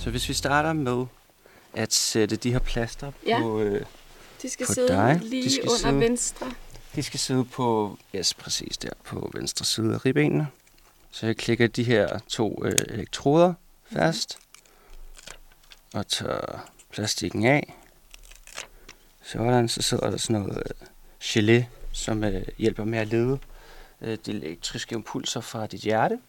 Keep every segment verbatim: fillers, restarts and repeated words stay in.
Så hvis vi starter med at sætte de her plaster ja. på øh, De skal på sidde dig. lige de skal under sidde, venstre. De skal sidde på, yes, præcis der på venstre side af ribbenene. Så jeg klikker de her to øh, elektroder fast. Og tager plastikken af. Sådan, så sidder der sådan noget øh, gelé, som øh, hjælper med at lede øh, de elektriske impulser fra dit hjerte.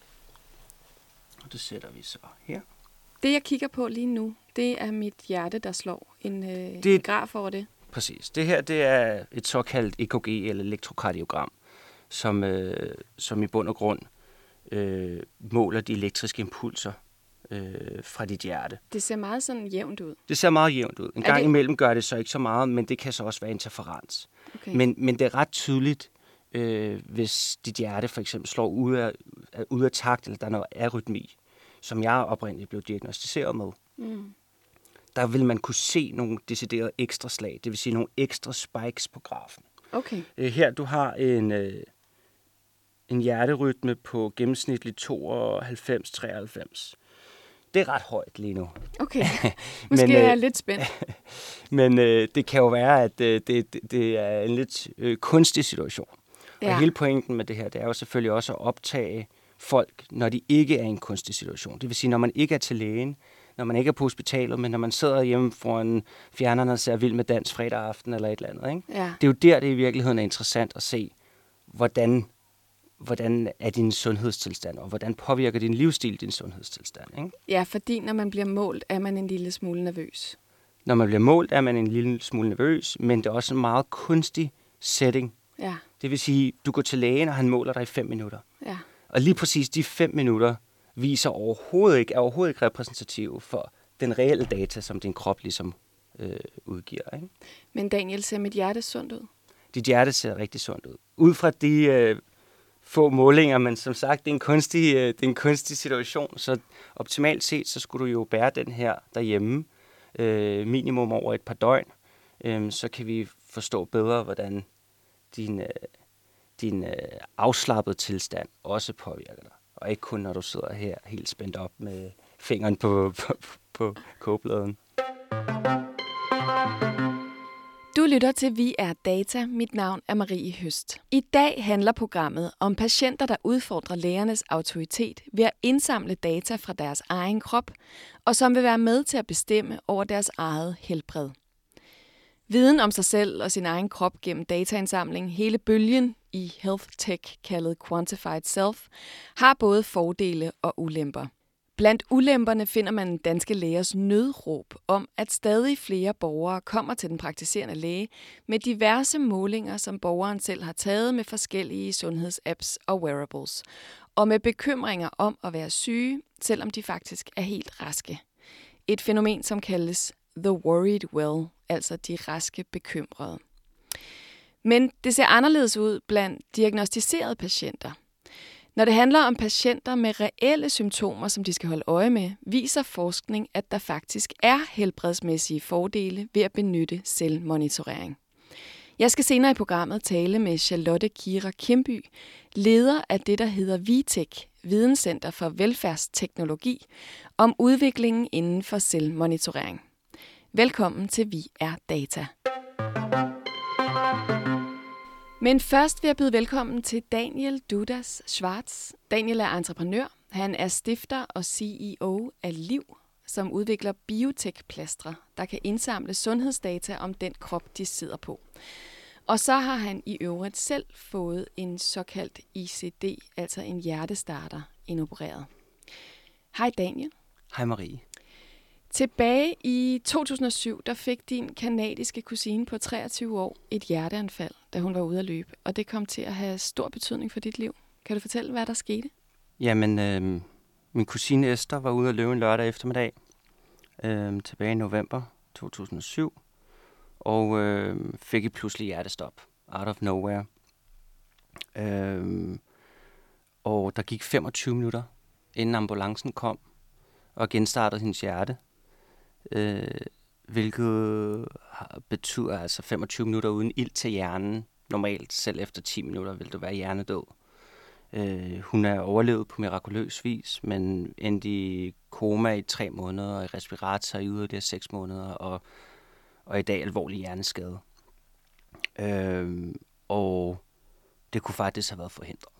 Og det sætter vi så her. Det, jeg kigger på lige nu, det er mit hjerte, der slår en, øh, det, en graf over det. Præcis. Det her, det er et såkaldt E K G, eller elektrokardiogram, som, øh, som i bund og grund øh, måler de elektriske impulser øh, fra dit hjerte. Det ser meget sådan jævnt ud. Det ser meget jævnt ud. En er gang det... imellem gør det så ikke så meget, men det kan så også være interferens. Okay. Men, men det er ret tydeligt, øh, hvis dit hjerte for eksempel slår ud af, ud af takt, eller der er noget arytmi, som jeg oprindeligt blev diagnosticeret med. Mm. Der vil man kunne se nogle deciderede ekstra slag, det vil sige nogle ekstra spikes på grafen. Okay. Her du har en, øh, en hjerterytme på gennemsnitligt tooghalvfems til treoghalvfems. Det er ret højt lige nu. Okay, måske men, er jeg øh, lidt spændt. Men øh, det kan jo være, at øh, det, det, det er en lidt øh, kunstig situation. Ja. Og hele pointen med det her, det er jo selvfølgelig også at optage folk, når de ikke er i en kunstig situation. Det vil sige, når man ikke er til lægen, når man ikke er på hospitalet, men når man sidder hjemme foran fjerneren og ser Vild med Dans fredag aften eller et eller andet. Ikke? Ja. Det er jo der, det i virkeligheden er interessant at se, hvordan, hvordan er din sundhedstilstand, og hvordan påvirker din livsstil din sundhedstilstand. Ikke? Ja, fordi når man bliver målt, er man en lille smule nervøs. Når man bliver målt, er man en lille smule nervøs, men det er også en meget kunstig setting. Ja. Det vil sige, du går til lægen, og han måler dig i fem minutter. Ja. Og lige præcis de fem minutter viser overhovedet ikke, er overhovedet ikke repræsentative for den reelle data, som din krop ligesom øh, udgiver. Ikke? Men Daniel, ser mit hjerte sundt ud? Dit hjerte ser rigtig sundt ud. Ud fra de øh, få målinger, men som sagt, det er, en kunstig, øh, det er en kunstig situation, så optimalt set, så skulle du jo bære den her derhjemme, øh, minimum over et par døgn, øh, så kan vi forstå bedre, hvordan din, øh, din øh, afslappede tilstand også påvirker dig. Og ikke kun, når du sidder her helt spændt op med fingeren på, på, på kogepladen. Du lytter til Vi er Data. Mit navn er Marie Høst. I dag handler programmet om patienter, der udfordrer lægernes autoritet ved at indsamle data fra deres egen krop, og som vil være med til at bestemme over deres eget helbred. Viden om sig selv og sin egen krop gennem dataindsamling, hele bølgen i health tech kaldet Quantified Self, har både fordele og ulemper. Blandt ulemperne finder man danske lægers nødråb om, at stadig flere borgere kommer til den praktiserende læge med diverse målinger, som borgeren selv har taget med forskellige sundhedsapps og wearables, og med bekymringer om at være syge, selvom de faktisk er helt raske. Et fænomen, som kaldes the worried well, altså de raske bekymrede. Men det ser anderledes ud blandt diagnostiserede patienter. Når det handler om patienter med reelle symptomer, som de skal holde øje med, viser forskning, at der faktisk er helbredsmæssige fordele ved at benytte selvmonitorering. Jeg skal senere i programmet tale med Charlotte Kira Kimby, leder af det, der hedder ViTech, Videnscenter for Velfærdsteknologi, om udviklingen inden for selvmonitorering. Velkommen til Vi er Data. Men først vil jeg byde velkommen til Daniel Dudas Schwartz. Daniel er entreprenør. Han er stifter og C E O af Liv, som udvikler biotech-plastre, der kan indsamle sundhedsdata om den krop, de sidder på. Og så har han i øvrigt selv fået en såkaldt I C D, altså en hjertestarter, indopereret. Hej Daniel. Hej Marie. Tilbage i to tusind og syv, der fik din kanadiske kusine på treogtyve år et hjerteanfald, da hun var ude at løbe, og det kom til at have stor betydning for dit liv. Kan du fortælle, hvad der skete? Jamen, øh, min kusine Esther var ude at løbe en lørdag eftermiddag, øh, tilbage i november to tusind og syv, og øh, fik et pludselig hjertestop, out of nowhere. Øh, og der gik femogtyve minutter, inden ambulancen kom og genstartede hendes hjerte. Øh, hvilket betyder altså femogtyve minutter uden ild til hjernen. Normalt, selv efter ti minutter, vil du være hjernedød. Øh, hun er overlevet på mirakuløs vis, men endte i koma i tre måneder, og i respirator i yderligere seks måneder, og, og i dag alvorlig hjerneskade. Øh, og det kunne faktisk have været forhindret.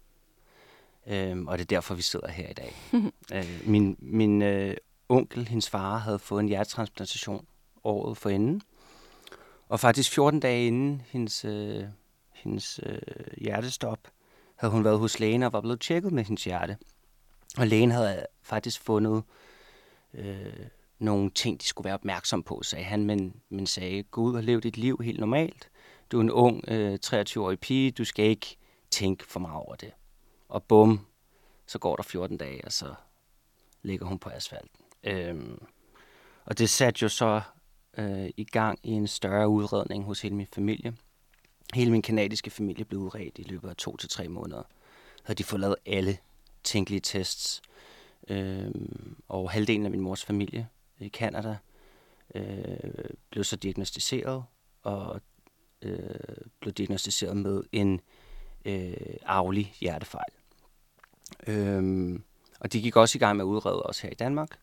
Øh, og det er derfor, vi sidder her i dag. øh, min min øh, onkel, hendes far, havde fået en hjertetransplantation året forinden, og faktisk fjorten dage inden hendes, øh, hendes øh, hjertestop, havde hun været hos lægen og var blevet tjekket med hendes hjerte. Og lægen havde faktisk fundet øh, nogle ting, de skulle være opmærksom på, sagde han, men, men sagde, gå ud og lev dit liv helt normalt. Du er en ung, øh, treogtyve-årig pige, du skal ikke tænke for meget over det. Og bum, så går der fjorten dage, og så ligger hun på asfalten. Øhm, og det satte jo så øh, i gang i en større udredning hos hele min familie. Hele min kanadiske familie blev udredt i løbet af to til tre måneder. Havde de fået lavet alle tænkelige tests. Øhm, og halvdelen af min mors familie i Canada øh, blev så diagnosticeret, og øh, blev diagnosticeret med en øh, arvelig hjertefejl. Øhm, og de gik også i gang med at udrede os her i Danmark.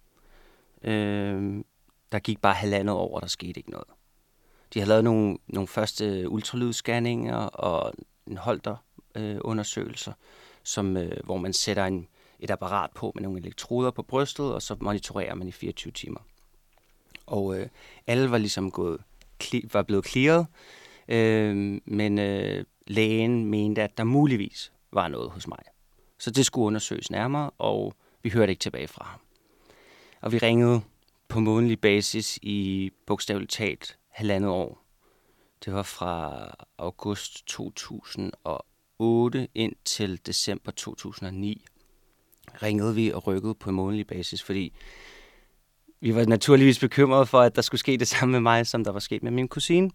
Øhm, der gik bare halvandet år, og der skete ikke noget. De har lavet nogle, nogle første ultralydsscanninger og en holterundersøgelser, øh, som, øh, hvor man sætter en, et apparat på med nogle elektroder på brystet, og så monitorerer man i fireogtyve timer. Og øh, alle var ligesom gået, var blevet clearet, øh, men øh, lægen mente, at der muligvis var noget hos mig. Så det skulle undersøges nærmere, og vi hørte ikke tilbage fra ham. Og vi ringede på månedlig basis i bogstaveligt talt halvandet år. Det var fra august to tusind og otte ind til december to tusind og ni. Ringede vi og rykkede på månedlig basis, fordi vi var naturligvis bekymrede for, at der skulle ske det samme med mig, som der var sket med min kusine.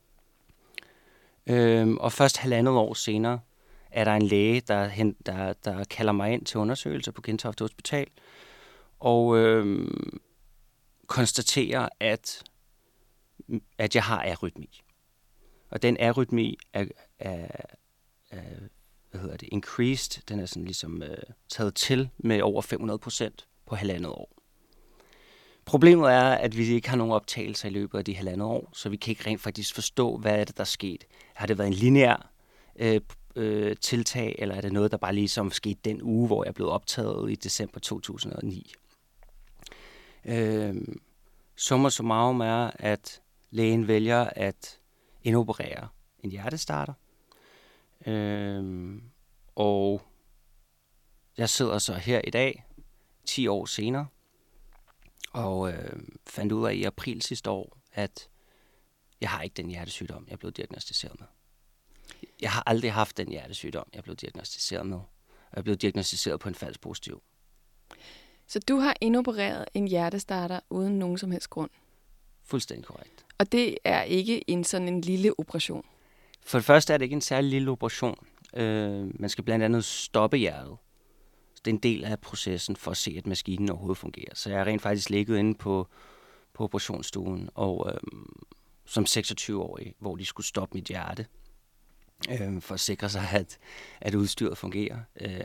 Øhm, og først halvandet år senere er der en læge, der, der, der kalder mig ind til undersøgelse på Gentofte Hospital, og øhm, konstaterer, at, at jeg har arytmi. Og den arytmi er, er, er hvad hedder det, increased, den er sådan ligesom øh, taget til med over fem hundrede procent på halvandet år. Problemet er, at vi ikke har nogen optagelser i løbet af de halvandet år, så vi kan ikke rent faktisk forstå, hvad er det, der er sket. Har det været en lineær øh, øh, tiltag, eller er det noget, der bare ligesom skete den uge, hvor jeg blev optaget i december to tusind og ni? Øh, summa summarum er, at lægen vælger at indoperere en hjertestarter. Øh, og jeg sidder så her i dag, ti år senere, og øh, fandt ud af i april sidste år, at jeg har ikke den hjertesygdom, jeg blev diagnosticeret med. Jeg har aldrig haft den hjertesygdom, jeg blev diagnosticeret med. Og jeg blev diagnosticeret på en falsk positiv. Så du har indopereret en hjertestarter uden nogen som helst grund? Fuldstændig korrekt. Og det er ikke en sådan en lille operation? For det første er det ikke en særlig lille operation. Øh, man skal blandt andet stoppe hjertet. Det er en del af processen for at se, at maskinen overhovedet fungerer. Så jeg har rent faktisk ligget inde på, på operationsstuen og, øhm, som seksogtyve-årig, hvor de skulle stoppe mit hjerte, øhm, for at sikre sig, at, at udstyret fungerer. Øh,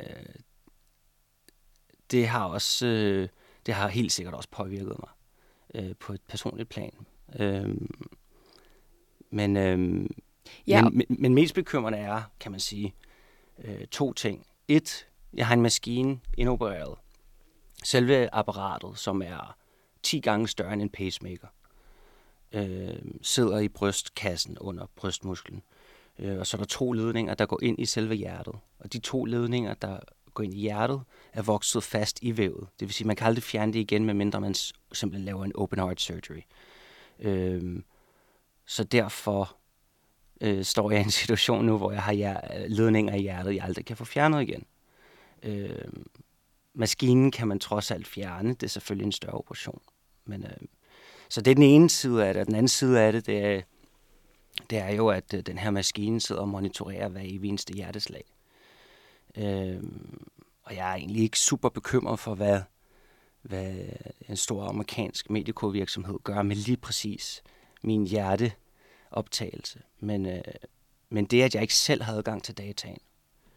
det har også, øh, det har helt sikkert også påvirket mig øh, på et personligt plan. Øh, men, øh, ja. men, men, men mest bekymrende er, kan man sige, øh, to ting. Et, jeg har en maskine indopereret. Selve apparatet, som er ti gange større end en pacemaker, øh, sidder i brystkassen under brystmusklen. Øh, og så er der to ledninger, der går ind i selve hjertet. Og de to ledninger, der går ind i hjertet, er vokset fast i vævet. Det vil sige, man kan aldrig fjerne det igen, medmindre man simpelthen laver en open heart surgery. Øh, så derfor øh, står jeg i en situation nu, hvor jeg har hjer- ledninger i hjertet, jeg aldrig kan få fjernet igen. Øh, maskinen kan man trods alt fjerne. Det er selvfølgelig en større operation. Men, øh, så det er den ene side af det. Og den anden side af det, det er, det er jo, at øh, den her maskine sidder og monitorerer hver eneste hjerteslag. Øh, og jeg er egentlig ikke super bekymret for, hvad, hvad en stor amerikansk medikovirksomhed gør med lige præcis min hjerteoptagelse. Men, øh, men det, at jeg ikke selv har adgang til dataen,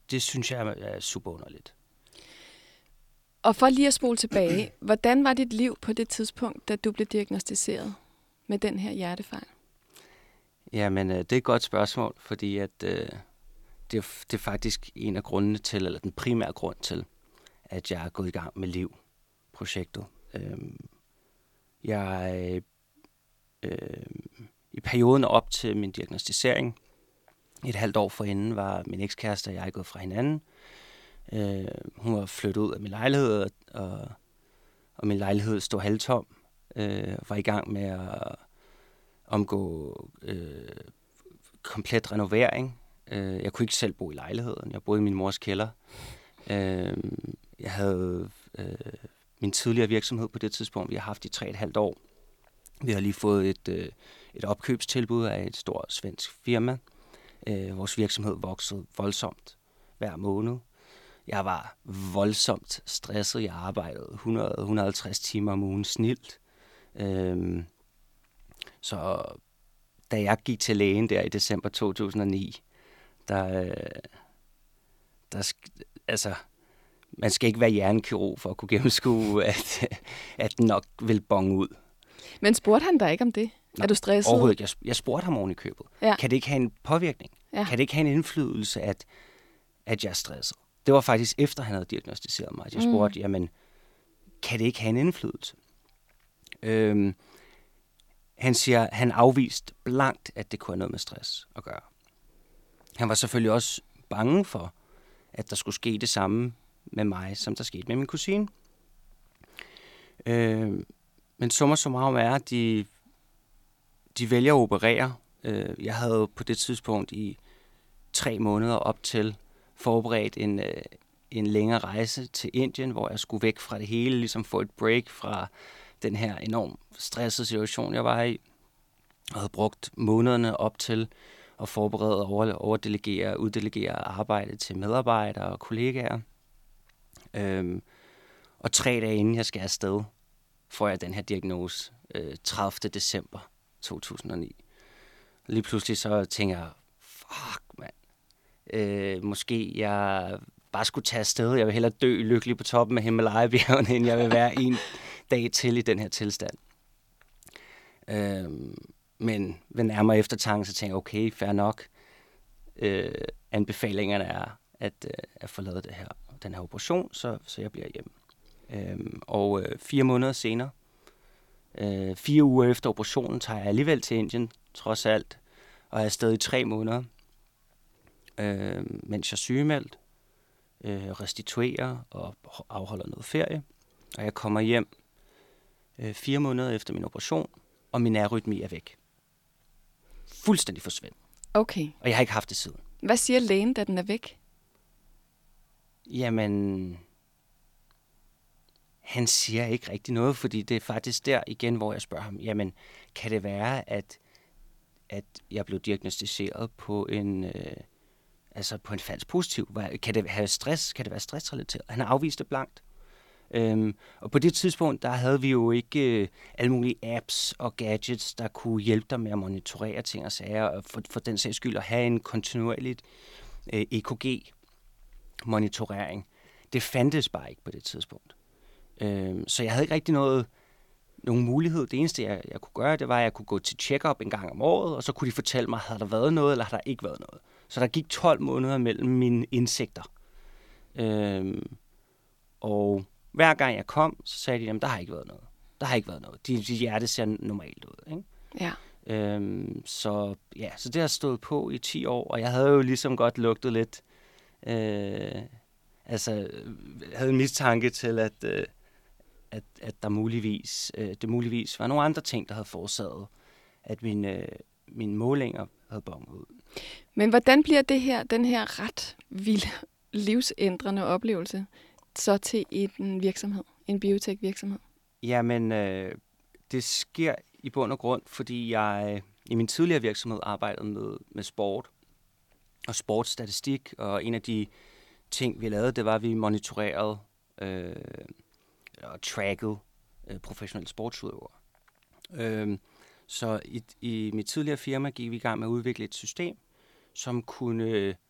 det synes jeg er super underligt. Og for lige at spole tilbage, hvordan var dit liv på det tidspunkt, da du blev diagnosticeret med den her hjertefejl? Jamen, det er et godt spørgsmål, fordi at, øh, det, er, det er faktisk en af grundene til, eller den primære grund til, at jeg er gået i gang med Liv-projektet. Øh, jeg øh, i perioden op til min diagnosticering, et halvt år forinden, var min ekskæreste og jeg gået fra hinanden. Øh, hun var flyttet ud af min lejlighed, og, og min lejlighed stod halvtom. Øh, var i gang med at omgå øh, komplet renovering. Øh, jeg kunne ikke selv bo i lejligheden. Jeg boede i min mors kælder. Øh, jeg havde øh, min tidligere virksomhed på det tidspunkt, vi har haft i tre og et halvt år. Vi har lige fået et, øh, et opkøbstilbud af et stort svensk firma. Øh, vores virksomhed voksede voldsomt hver måned. Jeg var voldsomt stresset. Jeg arbejdede hundrede til hundrede og halvtreds timer om ugen snilt. Øhm, så da jeg gik til lægen der i december to tusind og ni, der, øh, der altså, man skal ikke være hjernekirurg for at kunne gennemskue, at, at den nok vil bonge ud. Men spurgte han dig ikke om det? Nå, er du stresset? Overhovedet ikke. Jeg, jeg spurgte ham oven i købet. Ja. Kan det ikke have en påvirkning? Ja. Kan det ikke have en indflydelse, at, at jeg er stresset? Det var faktisk efter, han havde diagnosticeret mig, at jeg spurgte, mm. jamen, kan det ikke have en indflydelse? Øhm, han siger, han afviste blankt, at det kunne have noget med stress at gøre. Han var selvfølgelig også bange for, at der skulle ske det samme med mig, som der skete med min kusine. Øhm, men summa summarum er, at de, de vælger at operere. Øh, jeg havde på det tidspunkt i tre måneder op til forberedt en, øh, en længere rejse til Indien, hvor jeg skulle væk fra det hele, ligesom få et break fra den her enormt stressede situation, jeg var i. Jeg havde brugt månederne op til at forberede og over, overdelegere, uddelegere arbejde til medarbejdere og kollegaer. Øhm, og tre dage inden jeg skal afsted, får jeg den her diagnose øh, tredivte december to tusind og ni. Lige pludselig så tænker jeg, fuck mand, øh, måske jeg bare skulle tage afsted. Jeg vil hellere dø lykkelig på toppen af Himalaya-bjergene, end jeg vil være en dag til i den her tilstand. Øhm, men ved nærmere eftertanke, så tænker jeg, okay, fair nok. Øh, anbefalingerne er at, øh, at forlade det her, den her operation, så, så jeg bliver hjemme. Øhm, og øh, fire måneder senere, øh, fire uger efter operationen, tager jeg alligevel til Indien, trods alt, og er afsted i tre måneder, øh, mens jeg er sygemeldt, øh, restituerer og afholder noget ferie. Og jeg kommer hjem øh, fire måneder efter min operation, og min nærrytmi er væk. Fuldstændig forsvind. Okay. Og jeg har ikke haft det siden. Hvad siger lægen, da den er væk? Jamen, han siger ikke rigtig noget, fordi det er faktisk der igen, hvor jeg spørger ham, jamen, kan det være, at, at jeg blev diagnosticeret på en, øh, altså på en falsk positiv? Kan det have stress? Kan det være stressrelateret? Han har afvist det blankt. Øhm, og på det tidspunkt, der havde vi jo ikke øh, alle mulige apps og gadgets, der kunne hjælpe dig med at monitorere ting og sager, og for, for den sags skyld at have en kontinuerligt øh, E K G-monitorering. Det fandtes bare ikke på det tidspunkt. Øhm, så jeg havde ikke rigtig noget, nogen mulighed. Det eneste, jeg, jeg kunne gøre, det var, at jeg kunne gå til check-up en gang om året, og så kunne de fortælle mig, havde der været noget, eller har der ikke været noget. Så der gik tolv måneder mellem mine indsigter. Øhm, og hver gang jeg kom, så sagde de, at der har ikke været noget. Der har ikke været noget. De, de hjerte ser normalt ud, ikke? Ja. Øhm, så ja, så det har stået på i ti år, og jeg havde jo ligesom godt lugtet lidt, øh, altså jeg havde en mistanke til, at, øh, at, at der muligvis, øh, det muligvis var nogle andre ting, der havde forårsaget, at mine, øh, mine målinger havde bonget ud. Men hvordan bliver det her, den her ret vilde, livsændrende oplevelse så til en virksomhed, en biotech-virksomhed? Jamen, øh, det sker i bund og grund, fordi jeg i min tidligere virksomhed arbejdede med, med sport og sportsstatistik, og en af de ting, vi lavede, det var, at vi monitorerede øh, og trackede øh, professionelle sportsudøvere. Øh, så i, i mit tidligere firma gik vi i gang med at udvikle et system, som kunne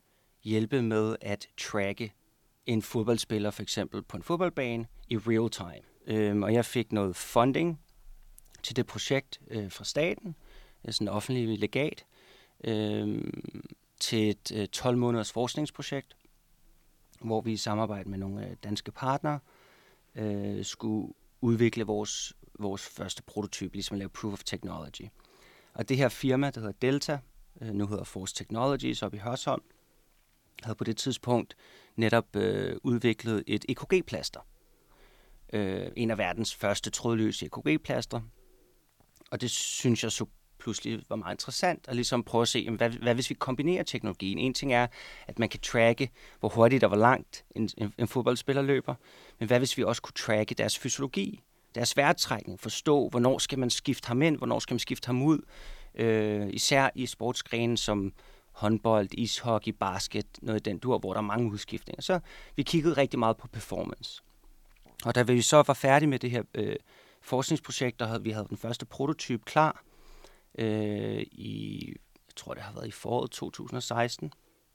hjælpe med at tracke en fodboldspiller for eksempel på en fodboldbane i real time. Øhm, og jeg fik noget funding til det projekt øh, fra staten, sådan en offentlig legat, øh, til et øh, tolv måneders forskningsprojekt, hvor vi i samarbejde med nogle øh, danske partnere øh, skulle udvikle vores, vores første prototype, ligesom at lave proof of technology. Og det her firma, der hedder Delta, øh, nu hedder Force Technologies oppe i Hørsholm, havde på det tidspunkt netop øh, udviklet et E K G-plaster. Øh, en af verdens første trådløse E K G-plaster. Og det synes jeg så pludselig var meget interessant at ligesom prøve at se, hvad, hvad hvis vi kombinerer teknologien. En ting er, at man kan tracke, hvor hurtigt og hvor langt en, en, en fodboldspiller løber, men hvad hvis vi også kunne tracke deres fysiologi, deres vejrtrækning, forstå, hvornår skal man skifte ham ind, hvornår skal man skifte ham ud, øh, især i sportsgrene som håndbold, ishockey, basket, noget i den dur, hvor der er mange udskiftninger. Så vi kiggede rigtig meget på performance. Og da vi så var færdige med det her øh, forskningsprojekt, og havde, vi havde den første prototype klar, øh, i, jeg tror det har været i foråret to tusind og seksten,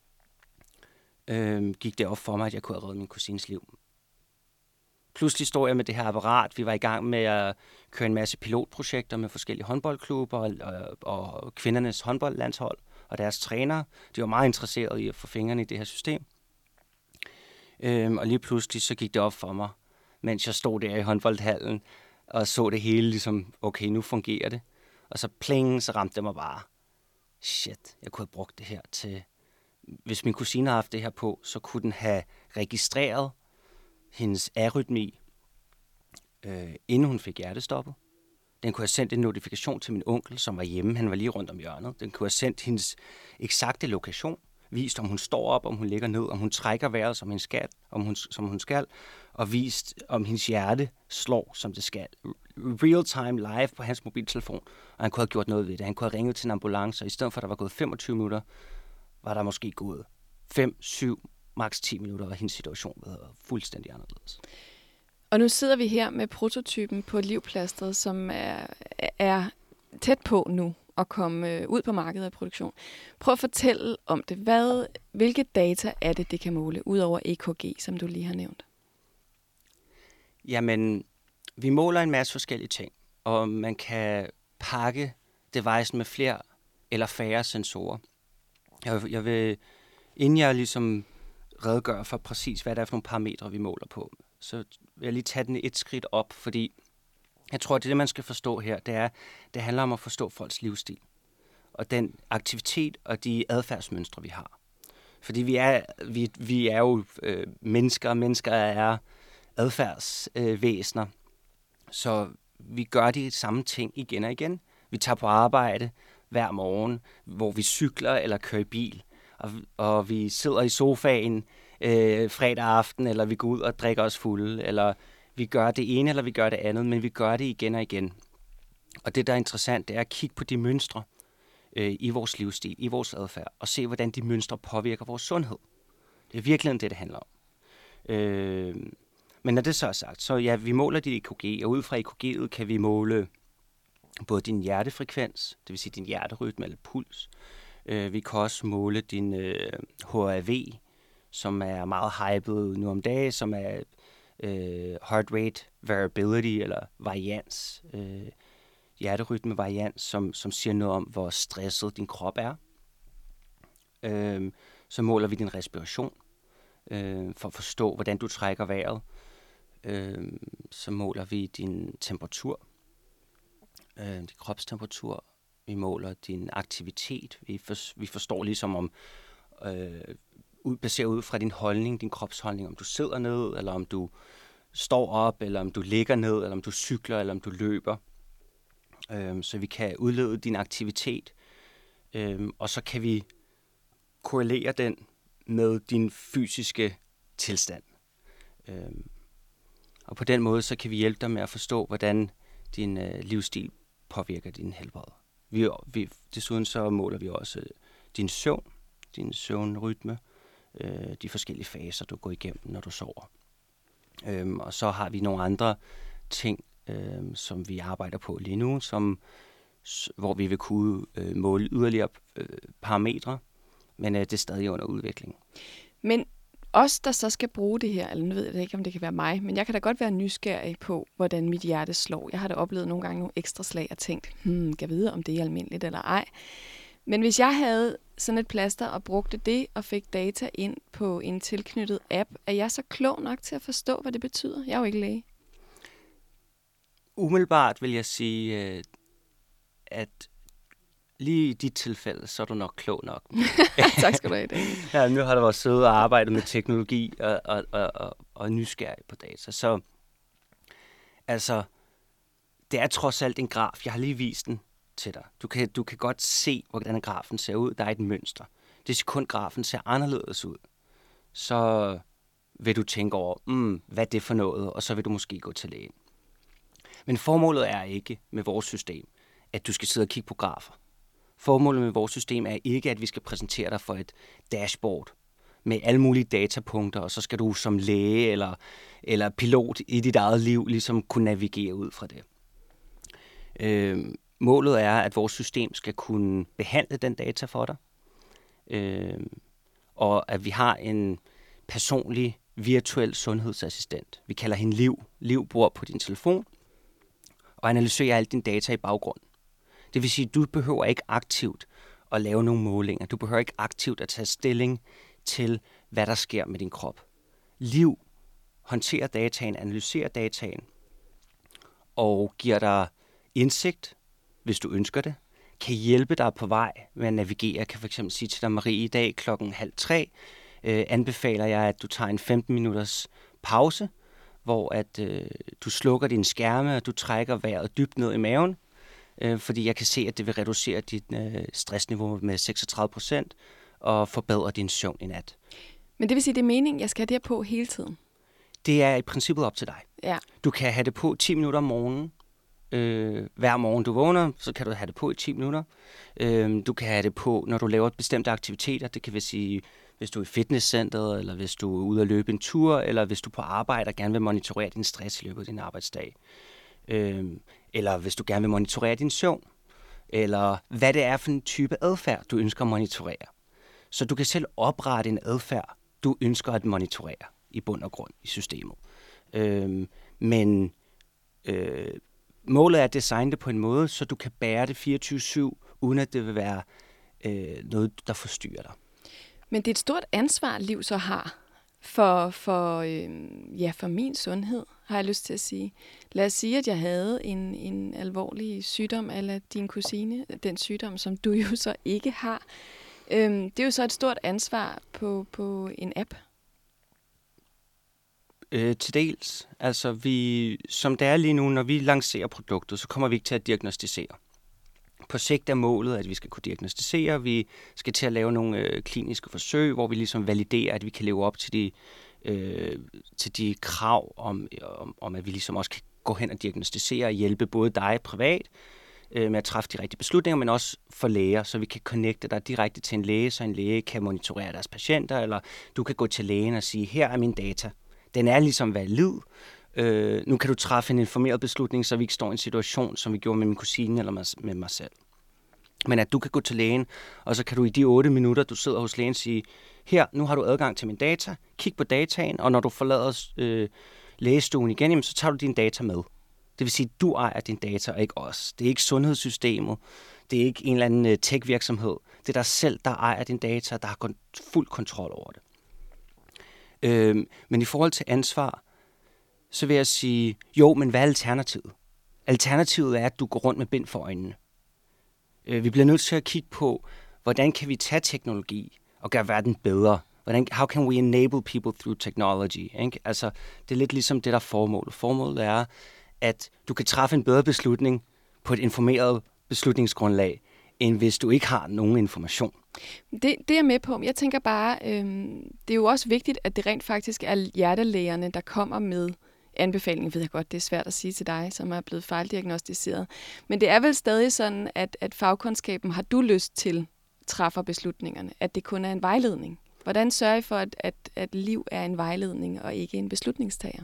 øh, gik det op for mig, at jeg kunne have reddet min kusines liv. Pludselig står jeg med det her apparat. Vi var i gang med at køre en masse pilotprojekter med forskellige håndboldklubber og, og, og kvindernes håndboldlandshold og deres trænere. De var meget interesserede i at få fingrene i det her system. Øhm, og lige pludselig så gik det op for mig, mens jeg stod der i håndboldhallen og så det hele ligesom, okay, nu fungerer det. Og så pling, så ramte det mig bare, shit, jeg kunne have brugt det her til, hvis min kusine havde haft det her på, så kunne den have registreret hendes arytmi, øh, inden hun fik hjertestoppet. Den kunne have sendt en notifikation til min onkel, som var hjemme. Han var lige rundt om hjørnet. Den kunne have sendt hendes eksakte lokation, vist om hun står op, om hun ligger ned, om hun trækker vejret, som hun skal, om hun, som hun skal, og vist om hendes hjerte slår, som det skal. Real time live på hans mobiltelefon. Og han kunne have gjort noget ved det. Han kunne have ringet til en ambulance, og i stedet for, at der var gået femogtyve minutter, var der måske gået fem, syv, maks ti minutter, og hendes situation var fuldstændig anderledes. Og nu sidder vi her med prototypen på livplasteret, som er, er tæt på nu at komme ud på markedet af produktion. Prøv at fortælle om det. Hvad, hvilke data er det, det kan måle, udover E K G, som du lige har nævnt? Jamen, vi måler en masse forskellige ting, og man kan pakke devicen med flere eller færre sensorer. Jeg vil, jeg vil inden jeg ligesom redegør for præcis, hvad det er for nogle parametre, vi måler på, så vil jeg lige tage den et skridt op, fordi jeg tror, at det, det man skal forstå her, det er, det handler om at forstå folks livsstil, og den aktivitet og de adfærdsmønstre, vi har. Fordi vi er, vi, vi er jo øh, mennesker, mennesker er adfærdsvæsener, øh, så vi gør de samme ting igen og igen. Vi tager på arbejde hver morgen, hvor vi cykler eller kører bil, og, og vi sidder i sofaen øh, fredag aften, eller vi går ud og drikker os fulde, eller vi gør det ene, eller vi gør det andet, men vi gør det igen og igen. Og det, der er interessant, det er at kigge på de mønstre øh, i vores livsstil, i vores adfærd, og se, hvordan de mønstre påvirker vores sundhed. Det er virkelig det, det handler om. Øh, men når det så er sagt, så ja, vi måler dit E K G, og ud fra E K G'et kan vi måle både din hjertefrekvens, det vil sige din hjerterytme eller puls. Øh, vi kan også måle din øh, H R V, som er meget hyped nu om dagen, som er øh, heart rate variability eller varians, øh, hjerterytme varians, som, som siger noget om, hvor stresset din krop er. Øh, så måler vi din respiration, øh, for at forstå, hvordan du trækker vejret. Øh, så måler vi din temperatur, øh, din kropstemperatur. Vi måler din aktivitet. Vi, for, vi forstår ligesom om, øh, ud, baseret ud fra din holdning, din kropsholdning, om du sidder ned, eller om du står op, eller om du ligger ned, eller om du cykler, eller om du løber. Øh, så vi kan udlede din aktivitet, øh, og så kan vi korrelere den med din fysiske tilstand. Øh, og på den måde, så kan vi hjælpe dig med at forstå, hvordan din øh, livsstil påvirker din helbred. Vi, vi, desuden så måler vi også din søvn, din søvnrytme, øh, de forskellige faser, du går igennem, når du sover. Øhm, og så har vi nogle andre ting, øh, som vi arbejder på lige nu, som, hvor vi vil kunne øh, måle yderligere øh, parametre, men øh, det er stadig under udvikling. Men os, der så skal bruge det her, eller nu ved jeg ikke, om det kan være mig, men jeg kan da godt være nysgerrig på, hvordan mit hjerte slår. Jeg har da oplevet nogle gange nogle ekstra slag og tænkt, hmm, kan jeg vide, om det er almindeligt eller ej. Men hvis jeg havde sådan et plaster og brugte det og fik data ind på en tilknyttet app, er jeg så klog nok til at forstå, hvad det betyder? Jeg er jo ikke læge. Umiddelbart vil jeg sige, at lige i dit tilfælde, så er du nok klog nok. Tak skal du have, Daniel. Ja, nu har du også siddet og arbejdet med teknologi og, og, og, og, og nysgerrig på data. Så altså, det er trods alt en graf. Jeg har lige vist den til dig. Du kan, du kan godt se, hvordan grafen ser ud. Der er et mønster. Det sekund grafen ser anderledes ud, så vil du tænke over, mm, hvad er det for noget, og så vil du måske gå til lægen. Men formålet er ikke med vores system, at du skal sidde og kigge på grafer. Formålet med vores system er ikke, at vi skal præsentere dig for et dashboard med alle mulige datapunkter, og så skal du som læge eller, eller pilot i dit eget liv ligesom kunne navigere ud fra det. Øh, målet er, at vores system skal kunne behandle den data for dig, øh, og at vi har en personlig virtuel sundhedsassistent. Vi kalder hende Liv. Liv bor på din telefon og analyserer alle dine data i baggrunden. Det vil sige, at du behøver ikke aktivt at lave nogle målinger. Du behøver ikke aktivt at tage stilling til, hvad der sker med din krop. Liv håndterer dataen, analyserer dataen og giver dig indsigt, hvis du ønsker det. Kan hjælpe dig på vej med at navigere. Kan fx sige til dig, Marie, i dag klokken halv tre øh, anbefaler jeg, at du tager en femten minutters pause, hvor at øh, du slukker dine skærme, og du trækker vejret dybt ned i maven, øh, fordi jeg kan se, at det vil reducere dit øh, stressniveau med seksogtredive procent og forbedre din søvn i nat. Men det vil sige, det er meningen, jeg skal have det her på hele tiden? Det er i princippet op til dig. Ja. Du kan have det på ti minutter om morgenen. Øh, hver morgen du vågner, så kan du have det på i ti minutter. Øh, du kan have det på, når du laver bestemte aktiviteter. Det kan vil sige, hvis du er i fitnesscenteret, eller hvis du er ude at løbe en tur, eller hvis du på arbejde og gerne vil monitorere din stress i løbet af din arbejdsdag. Øh, eller hvis du gerne vil monitorere din søvn. Eller hvad det er for en type adfærd, du ønsker at monitorere. Så du kan selv oprette en adfærd, du ønsker at monitorere i bund og grund i systemet. Øh, men øh, målet er at designe det på en måde, så du kan bære det fireogtyve syv, uden at det vil være øh, noget, der forstyrrer dig. Men det er et stort ansvar, Liv så har for, for, øh, ja, for min sundhed, har jeg lyst til at sige. Lad os sige, at jeg havde en, en alvorlig sygdom, eller din kusine, den sygdom, som du jo så ikke har. Øh, det er jo så et stort ansvar på, på en app. Øh, til dels. Altså, vi, som det er lige nu, når vi lancerer produktet, så kommer vi ikke til at diagnostisere. På sigt er målet, at vi skal kunne diagnostisere. Vi skal til at lave nogle øh, kliniske forsøg, hvor vi ligesom validerer, at vi kan leve op til de, øh, til de krav om, om, om, at vi ligesom også kan gå hen og diagnostisere og hjælpe både dig privat øh, med at træffe de rigtige beslutninger, men også for læger, så vi kan connecte dig direkte til en læge, så en læge kan monitorere deres patienter, eller du kan gå til lægen og sige, her er min data. Den er ligesom valid. Øh, nu kan du træffe en informeret beslutning, så vi ikke står i en situation, som vi gjorde med min kusine eller med mig selv. Men at du kan gå til lægen, og så kan du i de otte minutter, du sidder hos lægen, sige, her, nu har du adgang til min data, kig på dataen, og når du forlader øh, lægestuen igen, jamen, så tager du dine data med. Det vil sige, at du ejer dine data, og ikke os. Det er ikke sundhedssystemet, det er ikke en eller anden tech-virksomhed. Det er dig selv, der ejer dine data, der har fuld kontrol over det. Øh, men i forhold til ansvar, så vil jeg sige, jo, men hvad er alternativet? Alternativet er, at du går rundt med bind for øjnene. Vi bliver nødt til at kigge på, hvordan kan vi tage teknologi og gøre verden bedre? Hvordan, how can we enable people through technology? Ikke? Altså, det er lidt ligesom det, der er formålet. Formålet er, at du kan træffe en bedre beslutning på et informeret beslutningsgrundlag, end hvis du ikke har nogen information. Det, det er jeg med på. Jeg tænker bare, øhm, det er jo også vigtigt, at det rent faktisk er hjertelægerne, der kommer med anbefalingen. Ved jeg godt, det er svært at sige til dig, som er blevet fejldiagnostiseret. Men det er vel stadig sådan, at, at fagkundskaben har du lyst til træffer beslutningerne, at det kun er en vejledning. Hvordan sørger I for, at, at, at liv er en vejledning og ikke en beslutningstager?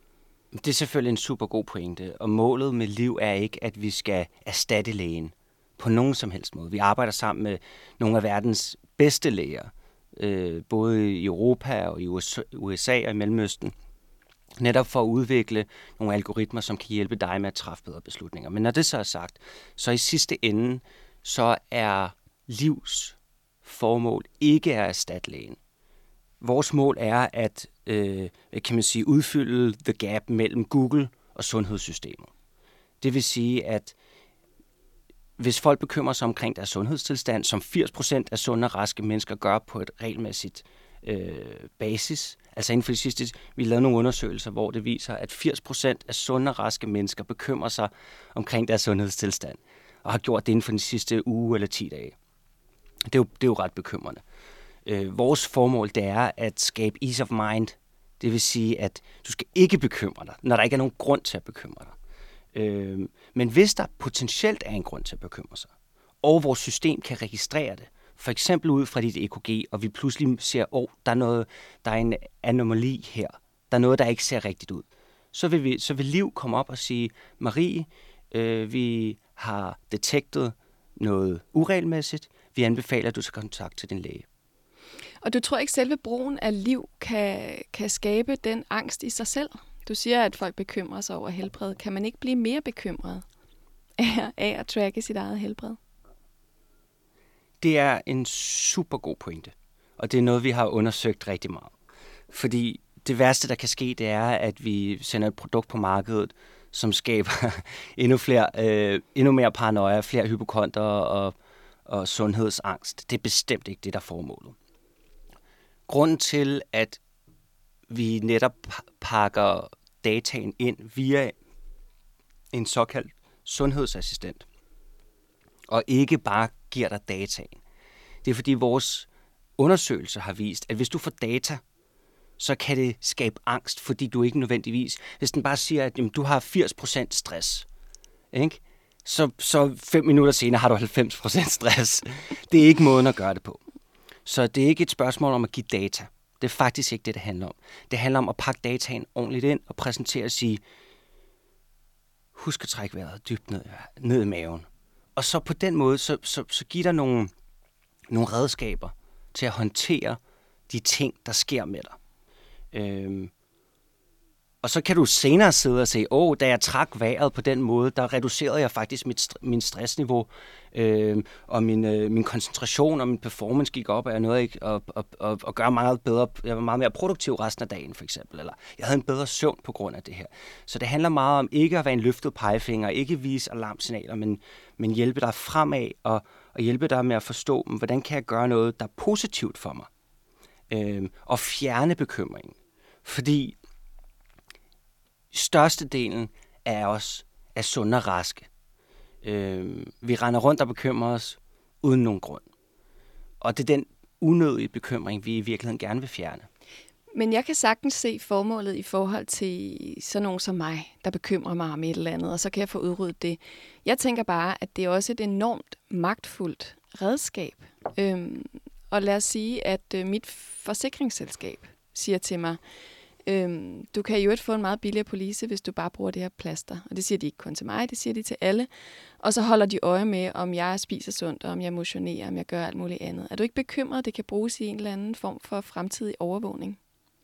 Det er selvfølgelig en super god pointe, og målet med liv er ikke, at vi skal erstatte lægen. på nogen som helst måde. Vi arbejder sammen med nogle af verdens bedste læger, øh, både i Europa og i U S A og i Mellemøsten, netop for at udvikle nogle algoritmer, som kan hjælpe dig med at træffe bedre beslutninger. Men når det så er sagt, så i sidste ende, så er livs formål ikke at erstatte lægen. Vores mål er at øh, kan man sige, udfylde the gap mellem Google og sundhedssystemet. Det vil sige, at hvis folk bekymrer sig omkring deres sundhedstilstand, som firs procent af sunde og raske mennesker gør på et regelmæssigt øh, basis, altså inden for de sidste, vi lavede nogle undersøgelser, hvor det viser, at firs procent af sunde og raske mennesker bekymrer sig omkring deres sundhedstilstand, og har gjort det inden for den sidste uge eller ti dage. Det er jo, det er jo ret bekymrende. Øh, vores formål, det er at skabe ease of mind. Det vil sige, at du skal ikke bekymre dig, når der ikke er nogen grund til at bekymre dig. Øh, men hvis der potentielt er en grund til at bekymre sig, og vores system kan registrere det, for eksempel ud fra dit E K G, og vi pludselig ser, at oh, der, er noget, der er en anomali her, der er noget, der ikke ser rigtigt ud, så vil, vi, så vil Liv komme op og sige, Marie, øh, vi har detektet noget uregelmæssigt, vi anbefaler, at du skal kontakte til din læge. Og du tror ikke, selve brugen af Liv kan, kan skabe den angst i sig selv? Du siger, at folk bekymrer sig over helbred. Kan man ikke blive mere bekymret af, af at tracke sit eget helbred? Det er en super god pointe, og det er noget, vi har undersøgt rigtig meget. Fordi det værste, der kan ske, det er, at vi sender et produkt på markedet, som skaber endnu, flere, øh, endnu mere paranoia, flere hypokonder og, og sundhedsangst. Det er bestemt ikke det, der er formålet. Grunden til, at vi netop pakker dataen ind via en såkaldt sundhedsassistent, og ikke bare giver dig dataen. Det er fordi vores undersøgelser har vist, at hvis du får data, så kan det skabe angst, fordi du ikke nødvendigvis, hvis den bare siger, at jamen, du har firs procent stress, ikke? Så, så fem minutter senere har du halvfems procent stress. Det er ikke måden at gøre det på. Så det er ikke et spørgsmål om at give data. Det er faktisk ikke det, det handler om. Det handler om at pakke dataen ordentligt ind og præsentere og sige, husk at trække vejret dybt ned, ned i maven. Og så på den måde, så, så, så giver der nogle, nogle redskaber til at håndtere de ting, der sker med dig. Øhm, og så kan du senere sidde og sige, åh, da jeg trak vejret på den måde, der reducerede jeg faktisk mit, min stressniveau, øhm, og min, øh, min koncentration og min performance gik op, og jeg nåede ikke at, at, at, at gøre meget bedre, jeg var meget mere produktiv resten af dagen, for eksempel, eller jeg havde en bedre søvn på grund af det her. Så det handler meget om ikke at være en løftet pegefinger, ikke vise alarmsignaler, men, men hjælpe dig fremad, og, og hjælpe dig med at forstå, hvordan kan jeg gøre noget, der er positivt for mig, øhm, og fjerne bekymringen. Fordi størstedelen af os er sunde og raske. Øh, vi render rundt og bekymrer os uden nogen grund. Og det er den unødige bekymring, vi i virkeligheden gerne vil fjerne. Men jeg kan sagtens se formålet i forhold til sådan nogen som mig, der bekymrer mig om et eller andet, og så kan jeg få udryddet det. Jeg tænker bare, at det er også et enormt magtfuldt redskab. Øhm, og lad os sige, at øh, mit forsikringsselskab siger til mig, Øhm, du kan jo ikke få en meget billigere police, hvis du bare bruger det her plaster. Og det siger de ikke kun til mig, det siger de til alle. Og så holder de øje med, om jeg spiser sundt, og om jeg motionerer, om jeg gør alt muligt andet. Er du ikke bekymret, at det kan bruges i en eller anden form for fremtidig overvågning?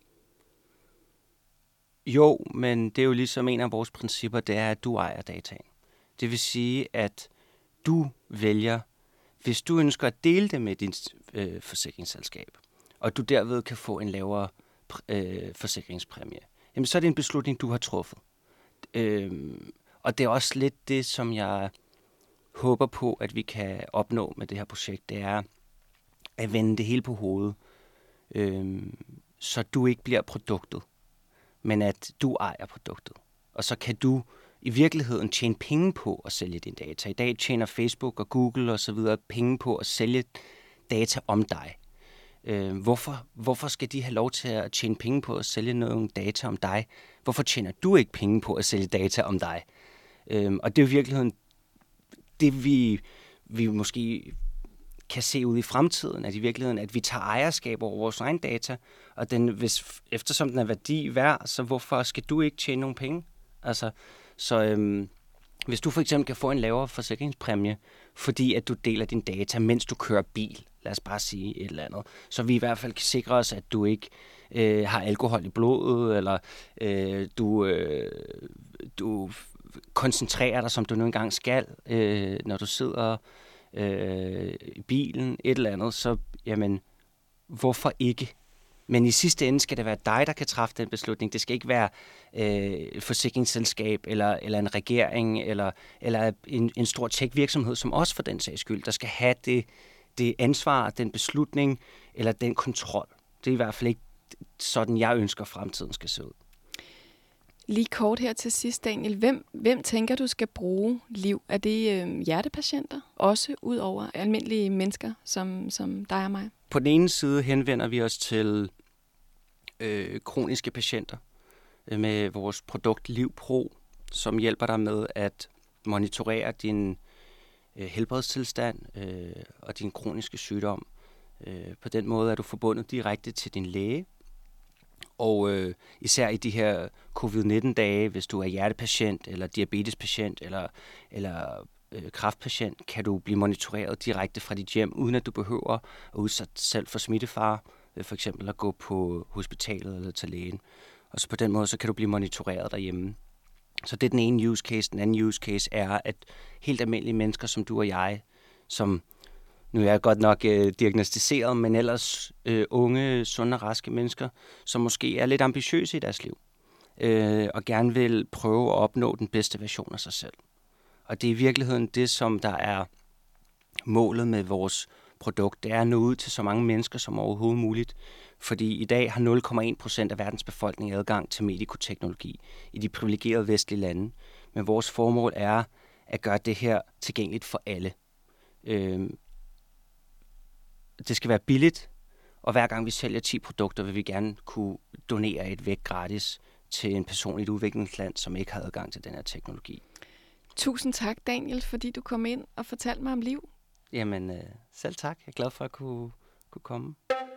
Jo, men det er jo ligesom en af vores principper, det er, at du ejer dataen. Det vil sige, at du vælger, hvis du ønsker at dele det med din øh, forsikringsselskab, og du derved kan få en lavere Øh, forsikringspræmie, jamen så er det en beslutning, du har truffet. Øhm, og det er også lidt det, som jeg håber på, at vi kan opnå med det her projekt, det er at vende det hele på hovedet, øhm, så du ikke bliver produktet, men at du ejer produktet. Og så kan du i virkeligheden tjene penge på at sælge dine data. I dag tjener Facebook og Google og så videre penge på at sælge data om dig. Øh, hvorfor, hvorfor skal de have lov til at tjene penge på at sælge nogle data om dig? Hvorfor tjener du ikke penge på at sælge data om dig? Øh, og det er jo i virkeligheden det, vi, vi måske kan se ud i fremtiden, at i virkeligheden, at vi tager ejerskab over vores egen data, og den, hvis, eftersom den er værdi værd, så hvorfor skal du ikke tjene nogle penge? Altså, så, øhm, Hvis du for eksempel kan få en lavere forsikringspræmie, fordi at du deler dine data, mens du kører bil, lad os bare sige et eller andet, så vi i hvert fald kan sikre os, at du ikke øh, har alkohol i blodet, eller øh, du, øh, du koncentrerer dig, som du nu engang skal, øh, når du sidder øh, i bilen, et eller andet, så jamen, hvorfor ikke? Men i sidste ende skal det være dig, der kan træffe den beslutning. Det skal ikke være øh, et forsikringsselskab, eller, eller en regering, eller, eller en, en stor tech-virksomhed, som også for den sags skyld, der skal have det, det ansvar, den beslutning, eller den kontrol. Det er i hvert fald ikke sådan, jeg ønsker, fremtiden skal se ud. Lige kort her til sidst, Daniel. Hvem, hvem tænker du skal bruge Liv? Er det øh, hjertepatienter, også ud over almindelige mennesker, som, som dig og mig? På den ene side henvender vi os til øh, kroniske patienter øh, med vores produkt Liv Pro, som hjælper dig med at monitorere din øh, helbredstilstand øh, og din kroniske sygdom. Øh, på den måde er du forbundet direkte til din læge. Og øh, især i de her covid nitten dage, hvis du er hjertepatient, eller diabetespatient, eller, eller øh, kræftpatient, kan du blive monitoreret direkte fra dit hjem, uden at du behøver at udsætte selv for smittefare, øh, for eksempel at gå på hospitalet eller til lægen. Og så på den måde, så kan du blive monitoreret derhjemme. Så det er den ene use case. Den anden use case er, at helt almindelige mennesker som du og jeg, som nu er jeg godt nok øh, diagnostiseret, men ellers øh, unge, sunde og raske mennesker, som måske er lidt ambitiøse i deres liv, øh, og gerne vil prøve at opnå den bedste version af sig selv. Og det er i virkeligheden det, som der er målet med vores produkt. Det er at nå ud til så mange mennesker som overhovedet muligt, fordi i dag har nul komma en procent af verdens befolkning adgang til medikoteknologi i de privilegerede vestlige lande. Men vores formål er at gøre det her tilgængeligt for alle. Øh, Det skal være billigt, og hver gang vi sælger ti produkter, vil vi gerne kunne donere et væk gratis til en person i et udviklingsland, som ikke har adgang til den her teknologi. Tusind tak, Daniel, fordi du kom ind og fortalte mig om Liv. Jamen, øh, selv tak. Jeg er glad for at kunne, kunne komme.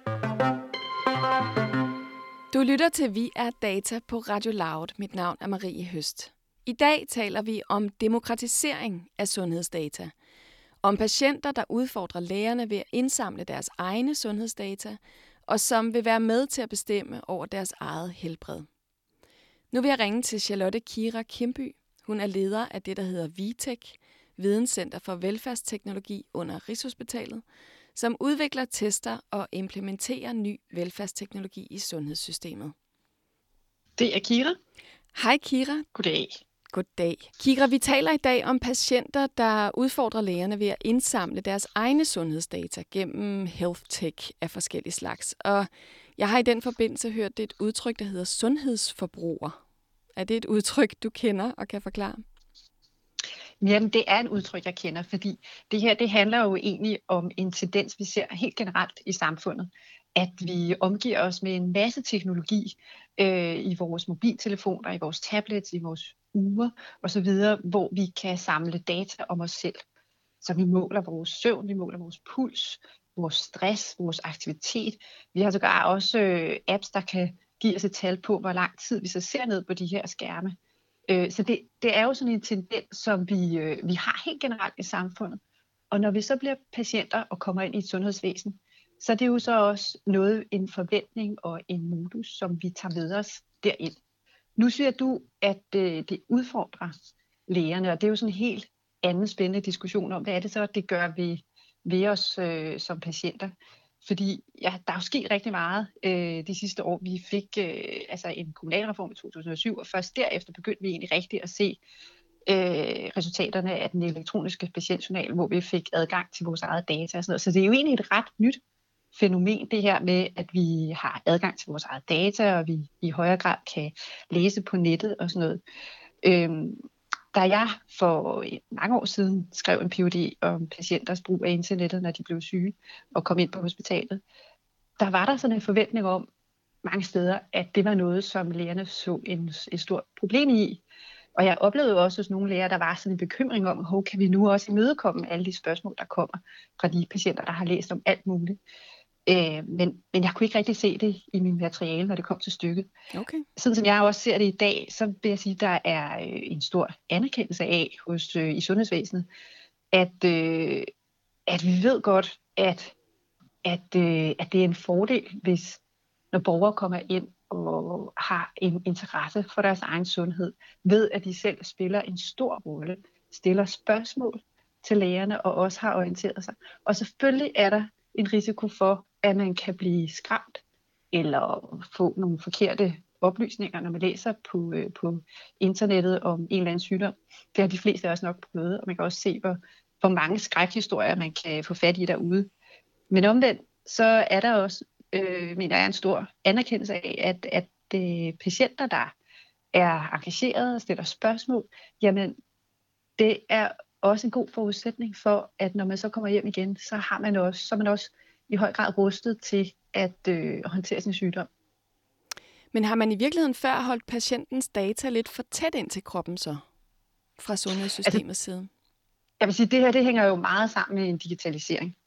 Du lytter til Vi er Data på Radio Loud. Mit navn er Marie Høst. I dag taler vi om demokratisering af sundhedsdata. Om patienter, der udfordrer lægerne ved at indsamle deres egne sundhedsdata, og som vil være med til at bestemme over deres eget helbred. Nu vil jeg ringe til Charlotte Kira Kimby. Hun er leder af det, der hedder VITEC, Videnscenter for Velfærdsteknologi under Rigshospitalet, som udvikler, tester og implementerer ny velfærdsteknologi i sundhedssystemet. Det er Kira. Hej Kira. Goddag. Goddag. Kira, vi taler i dag om patienter, der udfordrer lægerne ved at indsamle deres egne sundhedsdata gennem health tech af forskellige slags. Og jeg har i den forbindelse hørt det et udtryk, der hedder sundhedsforbruger. Er det et udtryk, du kender og kan forklare? Jamen, det er et udtryk, jeg kender, fordi det her, det handler jo egentlig om en tendens, vi ser helt generelt i samfundet, at vi omgiver os med en masse teknologi øh, i vores mobiltelefoner, i vores tablets, i vores ure osv., hvor vi kan samle data om os selv. Så vi måler vores søvn, vi måler vores puls, vores stress, vores aktivitet. Vi har sågar også øh, apps, der kan give os et tal på, hvor lang tid vi så ser ned på de her skærme. Øh, så det, det er jo sådan en tendens, som vi, øh, vi har helt generelt i samfundet. Og når vi så bliver patienter og kommer ind i et sundhedsvæsen, så er det jo så også noget, en forventning og en modus, som vi tager med os derind. Nu siger du, at øh, det udfordrer lægerne, og det er jo sådan en helt anden spændende diskussion om, hvad er det så, at det gør ved, ved os øh, som patienter. Fordi ja, der er jo sket rigtig meget øh, de sidste år. Vi fik øh, altså en kommunalreform i to tusind og syv, og først derefter begyndte vi egentlig rigtigt at se øh, resultaterne af den elektroniske patientjournal, hvor vi fik adgang til vores eget data og sådan noget. Så det er jo egentlig et ret nyt fænomen, det her med, at vi har adgang til vores eget data, og vi i højere grad kan læse på nettet og sådan noget. Øhm, da jeg for mange år siden skrev en P H D om patienters brug af internettet, når de blev syge og kom ind på hospitalet, der var der sådan en forventning om mange steder, at det var noget, som lægerne så en, et stort problem i. Og jeg oplevede jo også hos nogle læger, der var sådan en bekymring om, hvor kan vi nu også imødekomme alle de spørgsmål, der kommer fra de patienter, der har læst om alt muligt. Øh, men, men jeg kunne ikke rigtig se det i min materiale, når det kom til stykket. Okay. Sådan som jeg også ser det i dag, så vil jeg sige, at der er øh, en stor anerkendelse af hos øh, i sundhedsvæsenet, at, øh, at vi ved godt, at, at, øh, at det er en fordel, hvis når borgere kommer ind og har en interesse for deres egen sundhed, ved at de selv spiller en stor rolle, stiller spørgsmål til lægerne og også har orienteret sig. Og selvfølgelig er der en risiko for, at man kan blive skræmt eller få nogle forkerte oplysninger, når man læser på, øh, på internettet om en eller anden sygdom. Det har de fleste også nok prøvet, og man kan også se, hvor, hvor mange skrækhistorier man kan få fat i derude. Men omvendt, så er der også, øh, mener jeg, en stor anerkendelse af, at, at øh, patienter, der er engagerede og stiller spørgsmål, jamen det er også en god forudsætning for, at når man så kommer hjem igen, så har man også, så er man også i høj grad rustet til at øh, håndtere sin sygdom. Men har man i virkeligheden før holdt patientens data lidt for tæt ind til kroppen så, fra sundhedssystemets altså, side? Jeg vil sige, det her det hænger jo meget sammen med en digitalisering.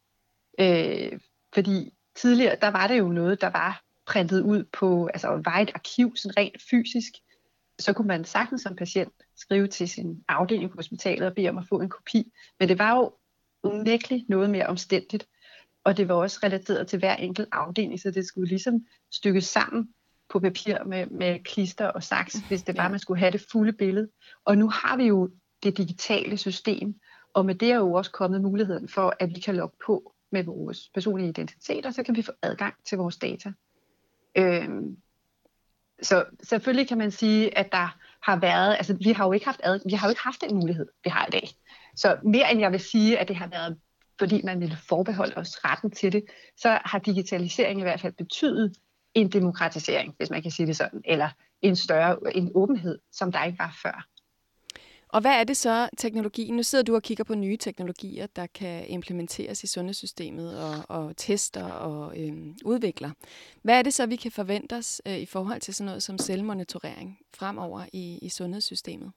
Øh, fordi tidligere, der var det jo noget, der var printet ud på, altså var et arkiv, sådan rent fysisk. Så kunne man sagtens som patient skrive til sin afdeling på hospitalet og bede om at få en kopi. Men det var jo unægteligt noget mere omstændigt. Og det var også relateret til hver enkelt afdeling, så det skulle ligesom stykkes sammen på papir med, med klister og saks, hvis det var, ja. Man skulle have det fulde billede. Og nu har vi jo det digitale system, og med det er jo også kommet muligheden for, at vi kan logge på med vores personlige identiteter, så kan vi få adgang til vores data. Øhm, så selvfølgelig kan man sige, at der har været, altså vi har jo ikke haft adgang, vi har jo ikke haft den mulighed, vi har i dag. Så mere end jeg vil sige, at det har været, fordi man ville forbeholde os retten til det, så har digitalisering i hvert fald betydet en demokratisering, hvis man kan sige det sådan, eller en større en åbenhed, som der ikke var før. Og hvad er det så, teknologien? Nu sidder du og kigger på nye teknologier, der kan implementeres i sundhedssystemet og, og tester og øhm, udvikler. Hvad er det så, vi kan forvente os øh, i forhold til sådan noget som selvmonitorering fremover i, i sundhedssystemet?